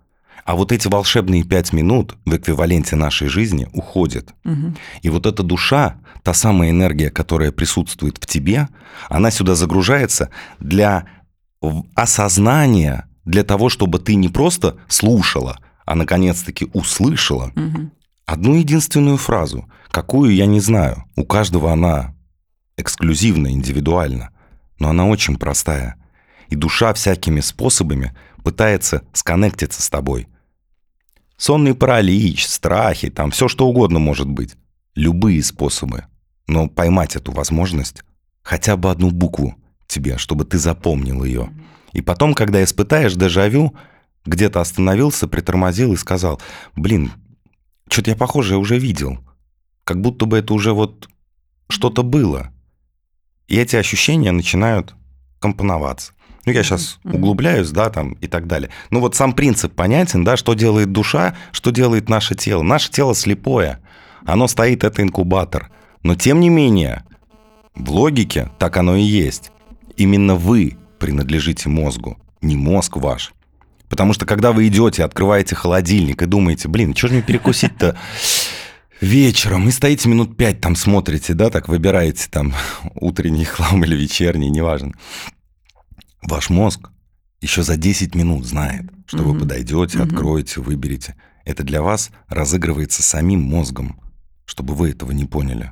А вот эти волшебные пять минут в эквиваленте нашей жизни уходят. Мгм. И вот эта душа, та самая энергия, которая присутствует в тебе, она сюда загружается для в- осознания, для того, чтобы ты не просто слушала, а наконец-таки услышала Мгм. одну единственную фразу, какую я не знаю. У каждого она эксклюзивна, индивидуальна, но она очень простая. И душа всякими способами пытается сконнектиться с тобой. Сонный паралич, страхи, там все что угодно может быть. Любые способы. Но поймать эту возможность, хотя бы одну букву тебе, чтобы ты запомнил ее. И потом, когда испытаешь дежавю, где-то остановился, притормозил и сказал: блин, что-то я похожее уже видел. Как будто бы это уже вот что-то было. И эти ощущения начинают компоноваться. Ну, я сейчас Мгм. углубляюсь, да, там и так далее. Ну, вот сам принцип понятен, да, что делает душа, что делает наше тело. Наше тело слепое, оно стоит, это инкубатор. Но, тем не менее, в логике так оно и есть. Именно вы принадлежите мозгу, не мозг ваш. Потому что, когда вы идете, открываете холодильник и думаете: блин, что же мне перекусить-то вечером, и стоите минут пять там смотрите, да, так выбираете там утренний хлам или вечерний, неважно. Ваш мозг еще за десять минут знает, что вы Мгм. подойдете, Мгм. откроете, выберете. Это для вас разыгрывается самим мозгом, чтобы вы этого не поняли.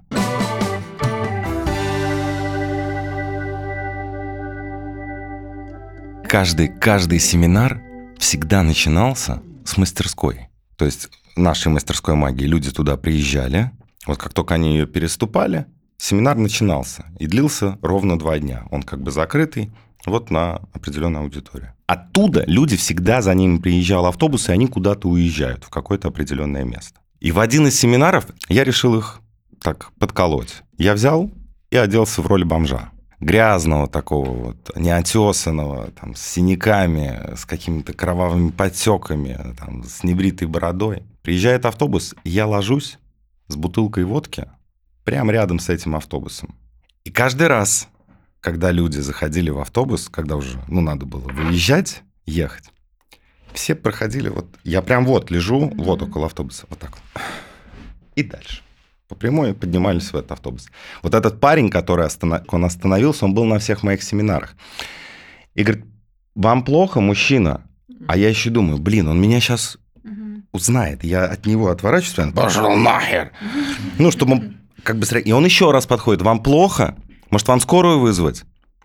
Каждый, каждый семинар всегда начинался с мастерской. То есть нашей мастерской магии люди туда приезжали, вот как только они ее переступали, семинар начинался и длился ровно два дня. Он как бы закрытый, вот на определенную аудиторию. Оттуда люди всегда за ними приезжал автобус, и они куда-то уезжают в какое-то определенное место. И в один из семинаров я решил их так подколоть. Я взял и оделся в роль бомжа. Грязного такого вот, неотесанного, там, с синяками, с какими-то кровавыми подтеками, там, с небритой бородой. Приезжает автобус, и я ложусь с бутылкой водки прямо рядом с этим автобусом. И каждый раз, когда люди заходили в автобус, когда уже, ну, надо было выезжать, ехать, все проходили вот... Я прям вот лежу, вот около автобуса, вот так вот. И дальше. По прямой поднимались в этот автобус. Вот этот парень, который останов... он остановился, он был на всех моих семинарах. И говорит: вам плохо, мужчина? А я еще думаю: блин, он меня сейчас узнает. Я от него отворачиваюсь, прям: пошел нахер. Ну, чтобы он как бы... И он еще раз подходит: вам плохо? Может, вам скорую вызвать?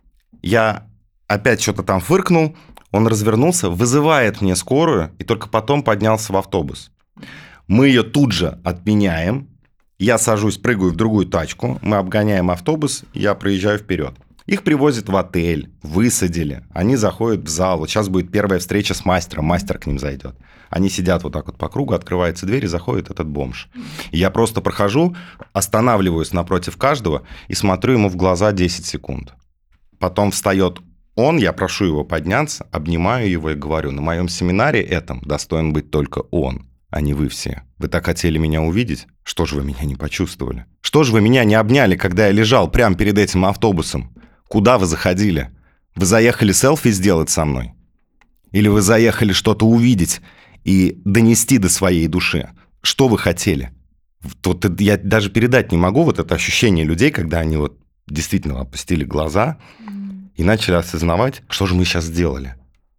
Я опять что-то там фыркнул, он развернулся, вызывает мне скорую, и только потом поднялся в автобус. Мы ее тут же отменяем. Я сажусь, прыгаю в другую тачку, мы обгоняем автобус, я проезжаю вперед. Их привозят в отель, высадили, они заходят в зал. Вот сейчас будет первая встреча с мастером, мастер к ним зайдет. Они сидят вот так вот по кругу, открывается дверь, и заходит этот бомж. И я просто прохожу, останавливаюсь напротив каждого и смотрю ему в глаза десять секунд. Потом встает он, я прошу его подняться, обнимаю его и говорю: на моем семинаре этом достоин быть только он, а не вы все. Вы так хотели меня увидеть? Что же вы меня не почувствовали? Что же вы меня не обняли, когда я лежал прямо перед этим автобусом? Куда вы заходили? Вы заехали селфи сделать со мной? Или вы заехали что-то увидеть и донести до своей души? Что вы хотели? Вот я даже передать не могу вот это ощущение людей, когда они вот действительно опустили глаза и начали осознавать, что же мы сейчас сделали.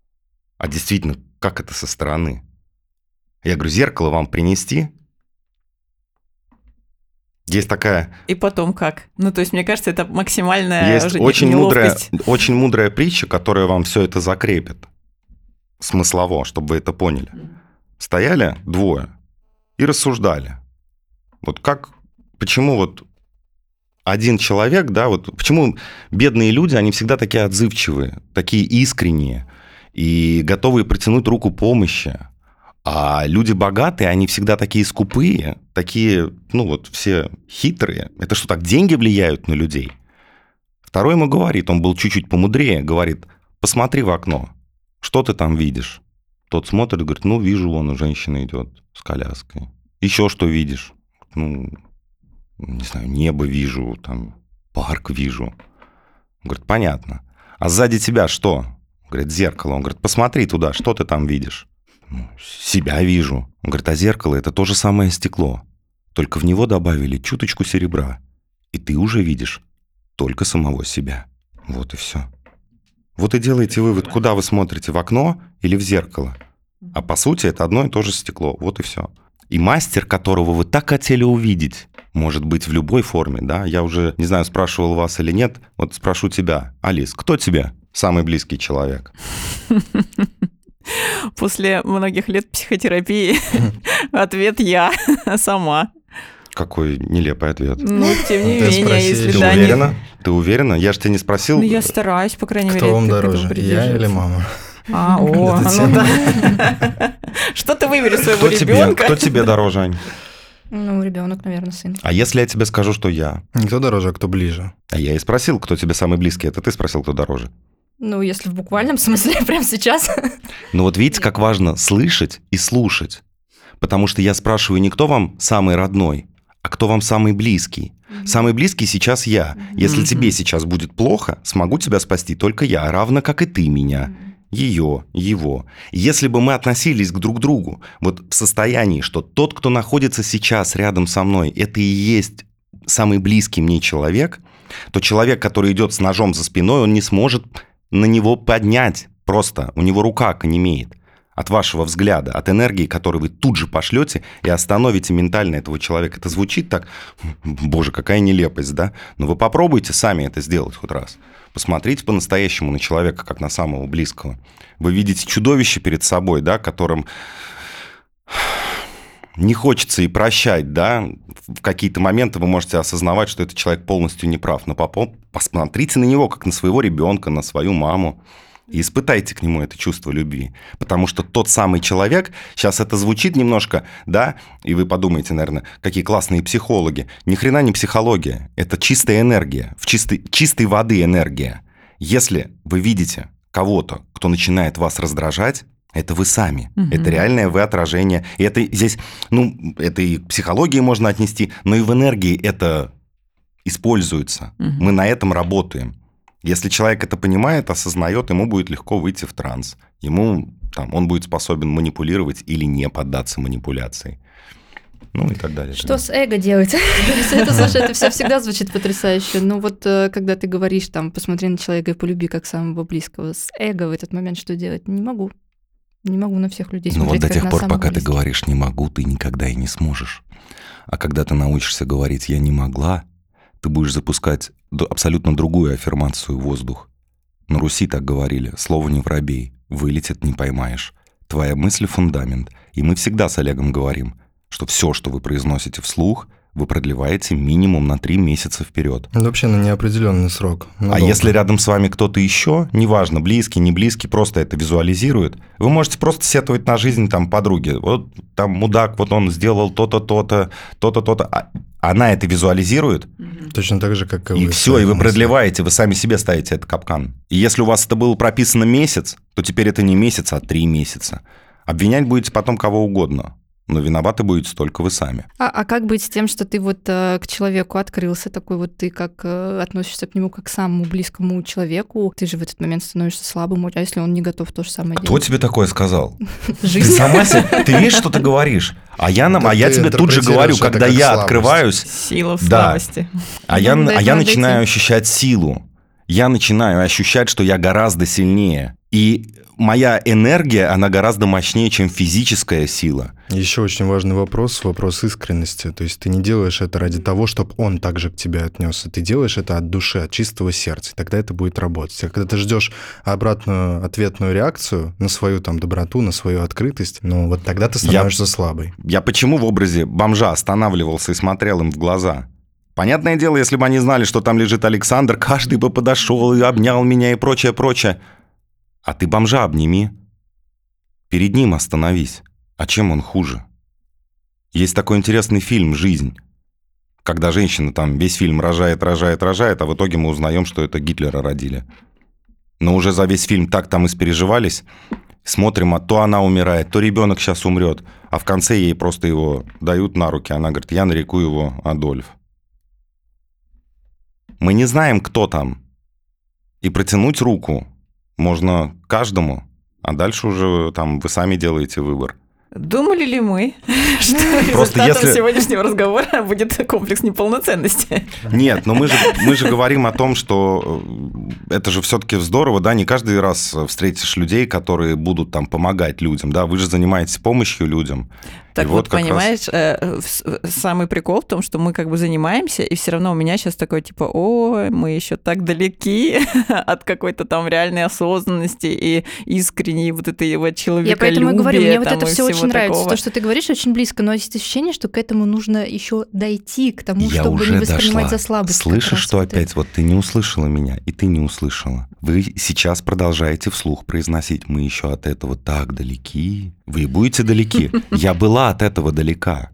А действительно, как это со стороны? Я говорю: зеркало вам принести? Есть такая... И потом как? Ну, то есть, мне кажется, это максимальная Есть уже очень мудрая, неловкость. очень мудрая притча, которая вам все это закрепит. Смыслово, чтобы вы это поняли. Стояли двое и рассуждали. Вот как... Почему вот один человек, да, вот почему бедные люди, они всегда такие отзывчивые, такие искренние и готовые протянуть руку помощи. А люди богатые, они всегда такие скупые, такие, ну вот, все хитрые. Это что, так деньги влияют на людей? Второй ему говорит, он был чуть-чуть помудрее, говорит: посмотри в окно, что ты там видишь? Тот смотрит, говорит: ну, вижу, вон у женщины идет с коляской. Еще что видишь? Ну, не знаю, небо вижу, там, парк вижу. Он говорит: понятно. А сзади тебя что? Говорит: зеркало. Он говорит: посмотри туда, что ты там видишь? Себя вижу. Он говорит, а зеркало — это то же самое стекло. Только в него добавили чуточку серебра. И ты уже видишь только самого себя. Вот и все. Вот и делаете вывод, куда вы смотрите, в окно или в зеркало. А по сути это одно и то же стекло. Вот и все. И мастер, которого вы так хотели увидеть, может быть в любой форме, да? Я уже, не знаю, спрашивал вас или нет. Вот спрошу тебя, Алис, кто тебе самый близкий человек? После многих лет психотерапии ответ я сама. Какой нелепый ответ. Ну, тем не Ты менее, спроси, если Ты да, не- уверена? Ты уверена? Я же тебя не спросил. Ну, я стараюсь, по крайней мере, Кто вам к этому дороже, я придерживаться. или мама? А, о, Это ну тема. да. Что ты выберешь своего Кто тебе, ребенка? кто тебе дороже, Ань? Ну, ребенок, наверное, сын. А если я тебе скажу, что я? Не кто дороже, а кто ближе. А я и спросил, кто тебе самый близкий. Это ты спросил, кто дороже. Ну, если в буквальном смысле, прямо сейчас. Но вот видите, как важно слышать и слушать. Потому что я спрашиваю не кто вам самый родной, а кто вам самый близкий. Самый близкий сейчас я. Если Мгм. тебе сейчас будет плохо, смогу тебя спасти только я, равно как и ты меня. Ее, его. Если бы мы относились к друг другу вот в состоянии, что тот, кто находится сейчас рядом со мной, это и есть самый близкий мне человек, то человек, который идет с ножом за спиной, он не сможет на него поднять просто. У него рука онемеет от вашего взгляда, от энергии, которую вы тут же пошлете и остановите ментально этого человека. Это звучит так, боже, какая нелепость, да? Но вы попробуйте сами это сделать хоть раз. Посмотрите по-настоящему на человека, как на самого близкого. Вы видите чудовище перед собой, да, которым не хочется и прощать, да. В какие-то моменты вы можете осознавать, что этот человек полностью неправ. Но попо- посмотрите на него, как на своего ребенка, на свою маму. И испытайте к нему это чувство любви. Потому что тот самый человек, сейчас это звучит немножко, да, и вы подумаете, наверное, какие классные психологи. Ни хрена не психология, это чистая энергия, в чистой, чистой воды энергия. Если вы видите кого-то, кто начинает вас раздражать, это вы сами. Мгм. Это реальное вы отражение. И это здесь, ну, это и к психологии можно отнести, но и в энергии это используется. Мгм. Мы на этом работаем. Если человек это понимает, осознает, ему будет легко выйти в транс. Ему там, он будет способен манипулировать или не поддаться манипуляции. Ну и так далее. Что с эго делать? Это, Саша, это все всегда звучит потрясающе. Ну вот, э, когда ты говоришь, там, посмотри на человека и полюби как самого близкого, с эго в этот момент что делать? Не могу. Не могу на всех людей Ну вот смотреть, до как тех на пор, самых пока ты близких. говоришь «не могу», ты никогда и не сможешь. А когда ты научишься говорить «я не могла», ты будешь запускать д- абсолютно другую аффирмацию в воздух. На Руси так говорили: слово не воробей, вылетит, не поймаешь. Твоя мысль — фундамент. И мы всегда с Олегом говорим, что все, что вы произносите вслух, вы продлеваете минимум на три месяца вперед. Ну, вообще на неопределенный срок. А Надолго. если рядом с вами кто-то еще, неважно, близкий, не близкий, просто это визуализирует, вы можете просто сетовать на жизнь там подруги. Вот там мудак, вот он сделал то-то, то-то, то-то, то-то. А она это визуализирует, Точно так же, как и и вы. все, и вы мысли. продлеваете, вы сами себе ставите этот капкан. И если у вас это было прописано месяц, то теперь это не месяц, а три месяца. Обвинять будете потом кого угодно, но виноваты будете только вы сами. А, а как быть с тем, что ты вот э, к человеку открылся, такой вот ты как э, относишься к нему как к самому близкому человеку, ты же в этот момент становишься слабым, а если он не готов то же самое Кто делать? тебе такое сказал? Ты Жизнь. сама себе, ты видишь, что ты говоришь? А я, нам, Да а я ты тебе тут же говорю, интерпретируешь это когда как я слабость. открываюсь, Сила в Да. слабости. а я, Ну, до а этого я надо начинаю идти. ощущать силу. Я начинаю ощущать, что я гораздо сильнее. И моя энергия, она гораздо мощнее, чем физическая сила. Еще очень важный вопрос, вопрос искренности. То есть ты не делаешь это ради того, чтобы он также к тебе отнесся. Ты делаешь это от души, от чистого сердца. И тогда это будет работать. А когда ты ждешь обратную ответную реакцию на свою там доброту, на свою открытость, ну вот тогда ты становишься слабой. Я почему в образе бомжа останавливался и смотрел им в глаза? Понятное дело, если бы они знали, что там лежит Александр, каждый бы подошел и обнял меня и прочее, прочее. А ты бомжа обними. Перед ним остановись. А чем он хуже? Есть такой интересный фильм «Жизнь», когда женщина там весь фильм рожает, рожает, рожает, а в итоге мы узнаем, что это Гитлера родили. Но уже за весь фильм так там испереживались. Смотрим, а то она умирает, то ребенок сейчас умрет, а в конце ей просто его дают на руки. Она говорит: я нареку его Адольф. Мы не знаем, кто там. И протянуть руку можно каждому, А дальше уже там вы сами делаете выбор. Думали ли мы, что Просто результатом если- сегодняшнего разговора будет комплекс неполноценности? Нет, но мы же, мы же говорим о том, что это же все-таки здорово, да, не каждый раз встретишь людей, которые будут там помогать людям, да, вы же занимаетесь помощью людям. Так И вот, как раз- понимаешь, э, с- самый прикол в том, что мы как бы занимаемся, и все равно у меня сейчас такое типа, ой, мы еще так далеки от какой-то там реальной осознанности и искренней вот этой вот человеколюбия. Я поэтому и говорю, мне вот там, это и все всего очень нравится. такого. То, что ты говоришь, очень близко, но есть ощущение, что к этому нужно еще дойти, к тому, Я чтобы уже не воспринимать дошла. за слабость. как Слышишь, раз что вот это. опять? Вот ты не услышала меня, и ты не услышала. Вы сейчас продолжаете вслух произносить, мы еще от этого так далеки. Вы и будете далеки. Я была от этого далека.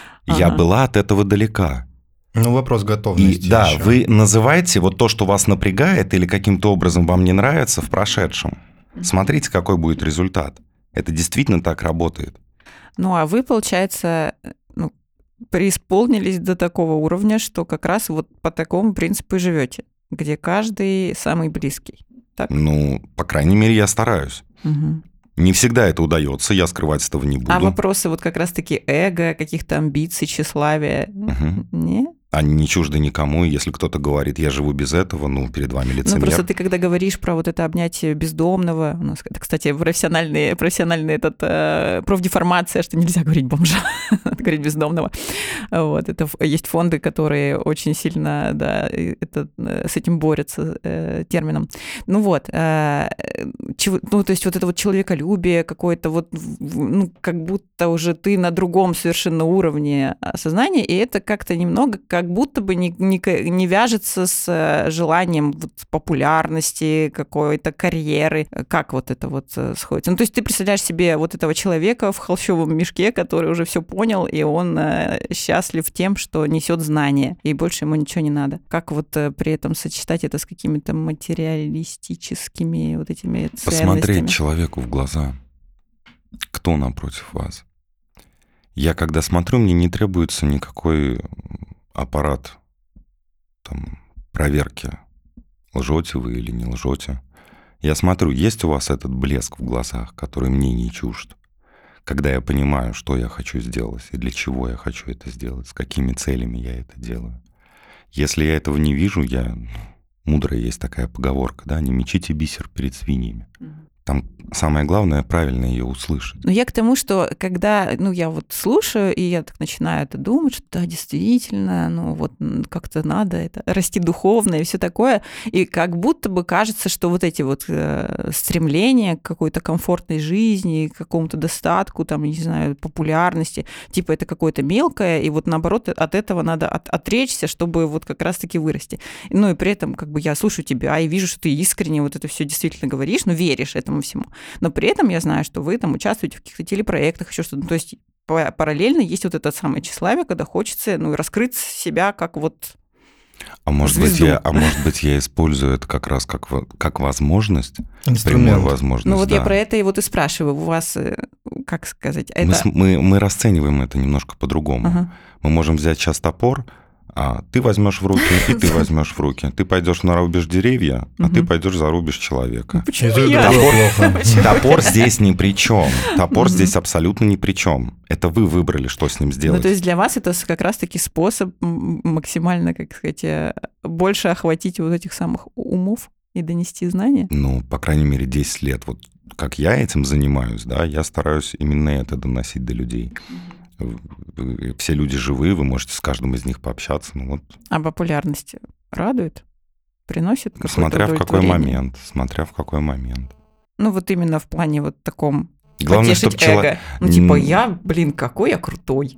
Я Ага. была от этого далека. Ну, вопрос И готовности да, ещё. вы называете вот то, что вас напрягает или каким-то образом вам не нравится, в прошедшем. Смотрите, какой будет результат. Это действительно так работает. Ну, а вы, получается, ну, преисполнились до такого уровня, что как раз вот по такому принципу и живете, где каждый самый близкий. Так? Ну, по крайней мере, я стараюсь. Мгм. Не всегда это удается, я скрывать этого не буду. А вопросы вот как раз-таки эго, каких-то амбиций, тщеславия, Мгм. не? Они не чужды никому, и если кто-то говорит, я живу без этого, ну, перед вами Ну, лицемер. просто ты, когда говоришь про вот это обнятие бездомного, у нас, это, кстати, профессиональный, профессиональный этот, э, профдеформация, что нельзя говорить бомжа, говорить бездомного. Вот, это ф- есть фонды, которые очень сильно, да, и это, э, с этим борются э, термином. Ну вот, э, чего- ну, то есть вот это вот человеколюбие какое-то, вот, в- ну, как будто уже ты на другом совершенно уровне сознания, и это как-то немного как будто бы не, не, ка- не вяжется с э, желанием вот популярности, какой-то карьеры. Как вот это вот э, сходится? Ну, то есть ты представляешь себе вот этого человека в холщовом мешке, который уже все понял, и он э, счастлив тем, что несет знания, и больше ему ничего не надо. Как вот э, при этом сочетать это с какими-то материалистическими вот этими ценностями? Посмотреть человеку в глаза. Кто напротив вас? Я когда смотрю, мне не требуется никакой аппарат там, проверки, лжете вы или не лжете. Я смотрю, есть у вас этот блеск в глазах, который мне не чужд. Когда я понимаю, что я хочу сделать и для чего я хочу это сделать, с какими целями я это делаю. Если я этого не вижу, я... Мудрая есть такая поговорка, да, не мечите бисер перед свиньями. Там самое главное правильно ее услышать. Но я к тому, что когда, ну, я вот слушаю, и я так начинаю это думать, что да, действительно, ну, вот м, как-то надо это расти духовно и все такое, и как будто бы кажется, что вот эти вот э, стремления к какой-то комфортной жизни, к какому-то достатку, там, не знаю, популярности, типа это какое-то мелкое, и вот наоборот от этого надо от- отречься, чтобы вот как раз-таки вырасти. Ну, и при этом как бы я слушаю тебя и вижу, что ты искренне вот это все действительно говоришь, ну, веришь этому всему. Но при этом я знаю, что вы там участвуете в каких-то телепроектах, еще что-то. То есть па- параллельно есть вот это самое тщеславие, когда хочется, ну, раскрыть себя как вот... А может, быть, звезду. я, а может быть, я использую это как раз как, во- как возможность, Инструмент. прямую возможность. Ну, вот да. я про это и вот и спрашиваю. У вас, э, как сказать, это... мы, с- мы, мы расцениваем это немножко по-другому. Ага. Мы можем взять сейчас топор, а ты возьмешь в руки, и ты возьмешь в руки. Ты пойдешь нарубишь деревья, а ты Мгм. пойдешь зарубишь человека. Почему Это я? другое плохо. Почему? Топор здесь ни при чем. Топор Мгм. здесь абсолютно ни при чем. Это вы выбрали, что с ним сделать. Ну, то есть для вас это с- как раз-таки способ м, максимально, как сказать, э, больше охватить вот этих самых умов и донести знания? Ну, по крайней мере, десять лет. Вот как я этим занимаюсь, да, я стараюсь именно это доносить до людей. Вы- Все люди живые, вы можете с каждым из них пообщаться. Ну вот, А популярность радует? Приносит какое-то смотря в какой удовлетворение? момент, смотря в какой момент. Ну, вот именно в плане вот таком Главное, потешить чтобы человек... эго. Ну, типа, М. я, блин, какой я крутой.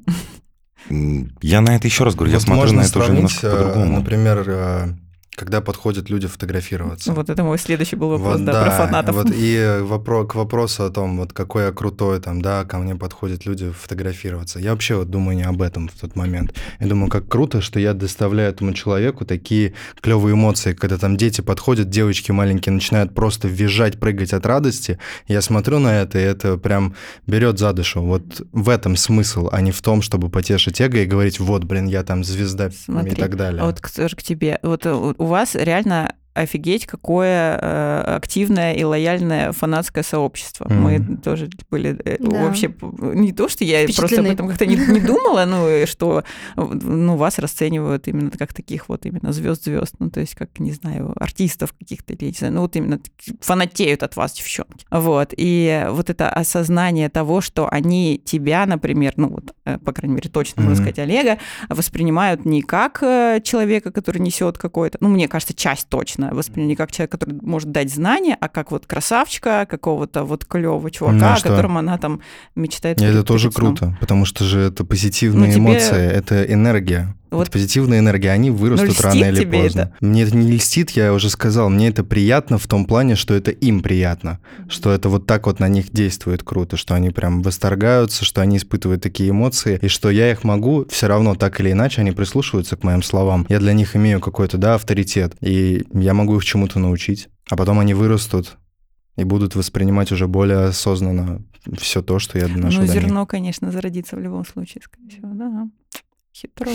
Я на это еще раз говорю, я Вот смотрю можно на это уже сравнить, немножко э, по-другому. Например, э, когда подходят люди фотографироваться. Вот это мой следующий был вопрос, Вот, да, про фанатов. Вот и вопро- к вопросу о том, вот какой я крутой, там, да, ко мне подходят люди фотографироваться. Я вообще вот думаю не об этом в тот момент. Я думаю, как круто, что я доставляю этому человеку такие клевые эмоции, когда там дети подходят, девочки маленькие начинают просто визжать, прыгать от радости. Я смотрю на это, и это прям берет за душу. Вот в этом смысл, а не в том, чтобы потешить эго и говорить, вот, блин, я там звезда Смотри, и так далее. А вот к, тоже к тебе. Вот э, у вас реально офигеть, какое э, активное и лояльное фанатское сообщество. Mm-hmm. Мы тоже были э, да. вообще... Не то, что я просто об этом как-то не, не думала, ну, что ну, вас расценивают именно как таких вот именно звезд-звезд, ну, то есть как, не знаю, артистов каких-то, или, не знаю, ну, вот именно фанатеют от вас девчонки. Вот. И вот это осознание того, что они тебя, например, ну, вот, по крайней мере, точно mm-hmm. можно сказать, Олега, воспринимают не как человека, который несет какое-то, ну, мне кажется, часть точно воспринимают не как человек, который может дать знания, а как вот красавчика, какого-то вот клевого чувака, ну, о котором она там мечтает. И это тоже круто, потому что же это позитивные ну, тебе... эмоции, это энергия. Вот. Это позитивная энергия, они вырастут рано или поздно. Это? Мне это не льстит, я уже сказал, мне это приятно в том плане, что это им приятно, mm-hmm. что это вот так вот на них действует круто, что они прям восторгаются, что они испытывают такие эмоции, и что я их могу, все равно так или иначе, они прислушиваются к моим словам. Я для них имею какой-то, да, авторитет, и я могу их чему-то научить, а потом они вырастут и будут воспринимать уже более осознанно все то, что я доношу ну, до них. Ну, зерно, конечно, зародится в любом случае, скорее всего, да. Хитро.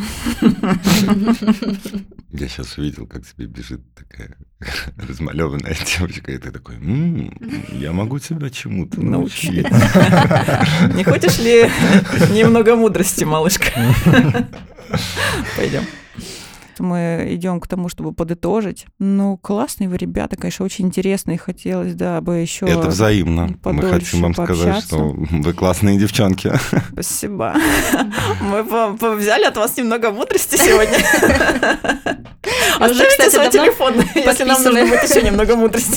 Я сейчас увидел, как тебе бежит такая размалеванная девочка, и ты такой, м-м, я могу тебя чему-то научить. Не хочешь ли немного мудрости, малышка? Пойдем. Мы идем к тому, чтобы подытожить. Ну, классные вы ребята, конечно, очень интересные. Хотелось, да, бы еще это взаимно. Мы хотим вам сказать, что вы классные девчонки. Спасибо. Мы взяли от вас немного мудрости сегодня. Оставите свой телефон, если нам нужно будет еще немного мудрости.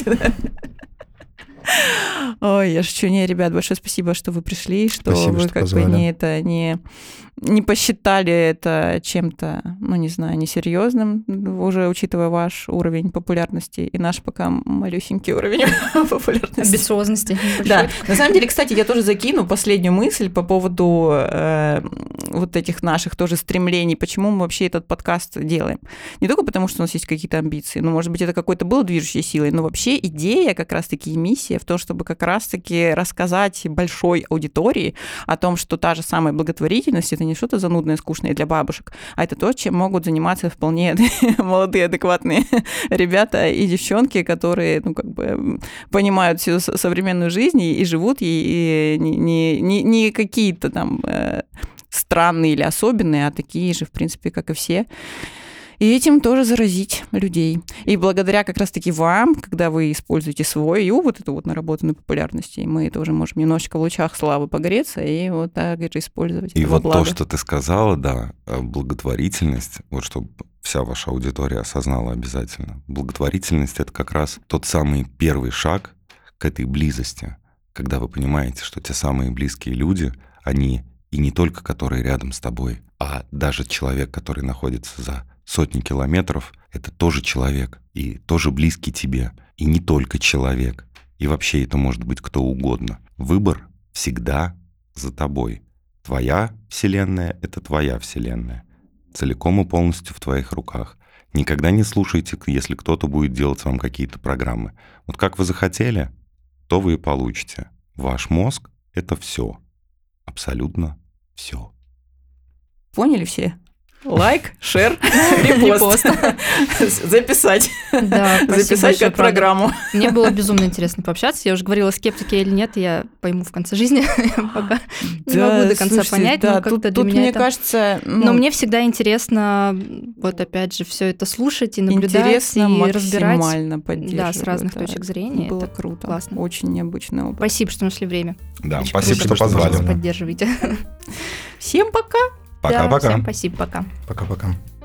Ой, я шучу. Не, ребят, большое спасибо, что вы пришли, что спасибо, вы что как позвали. бы не это не... не посчитали это чем-то, ну, не знаю, несерьезным, уже учитывая ваш уровень популярности и наш пока малюсенький уровень популярности. Амбициозности. Да. На самом деле, кстати, я тоже закину последнюю мысль по поводу э, вот этих наших тоже стремлений, почему мы вообще этот подкаст делаем. Не только потому, что у нас есть какие-то амбиции, ну, может быть, это какой-то был движущей силой, но вообще идея как раз-таки и миссия в том, чтобы как раз-таки рассказать большой аудитории о том, что та же самая благотворительность — это не что-то занудное, скучное для бабушек, а это то, чем могут заниматься вполне молодые, адекватные ребята и девчонки, которые, ну, как бы понимают всю современную жизнь и, и живут, и, и не, не, не какие-то там э, странные или особенные, а такие же, в принципе, как и все. И этим тоже заразить людей. И благодаря как раз-таки вам, когда вы используете свою вот эту вот наработанную популярность, мы тоже можем немножечко в лучах славы погреться и вот так же использовать. И вот благо. То, что ты сказала, да, благотворительность, вот чтобы вся ваша аудитория осознала обязательно. Благотворительность — это как раз тот самый первый шаг к этой близости, когда вы понимаете, что те самые близкие люди, они и не только которые рядом с тобой, а даже человек, который находится за сотни километров, это тоже человек, и тоже близкий тебе, и не только человек. И вообще это может быть кто угодно. Выбор всегда за тобой. Твоя вселенная — это твоя вселенная. Целиком и полностью в твоих руках. Никогда не слушайте, если кто-то будет делать вам какие-то программы. Вот как вы захотели, то вы и получите. Ваш мозг — это все. Абсолютно все. Поняли все? Лайк, шер, репост. Записать. Да, записать как программу. Мне было безумно интересно пообщаться. Я уже говорила, скептики или нет, я пойму в конце жизни. Пока не могу до конца понять. Да, тут, тут мне это... кажется... Ну... Но мне всегда интересно, вот опять же, все это слушать и наблюдать, интересно, и разбирать. Максимально поддерживать. Да, с разных да. точек зрения. Было это круто. Классно. Очень необычный опыт. Спасибо, что нашли время. Да, Очень спасибо, круто, что позвали. Поддерживайте. Всем пока. Пока-пока. Да, всем спасибо, пока. Пока-пока.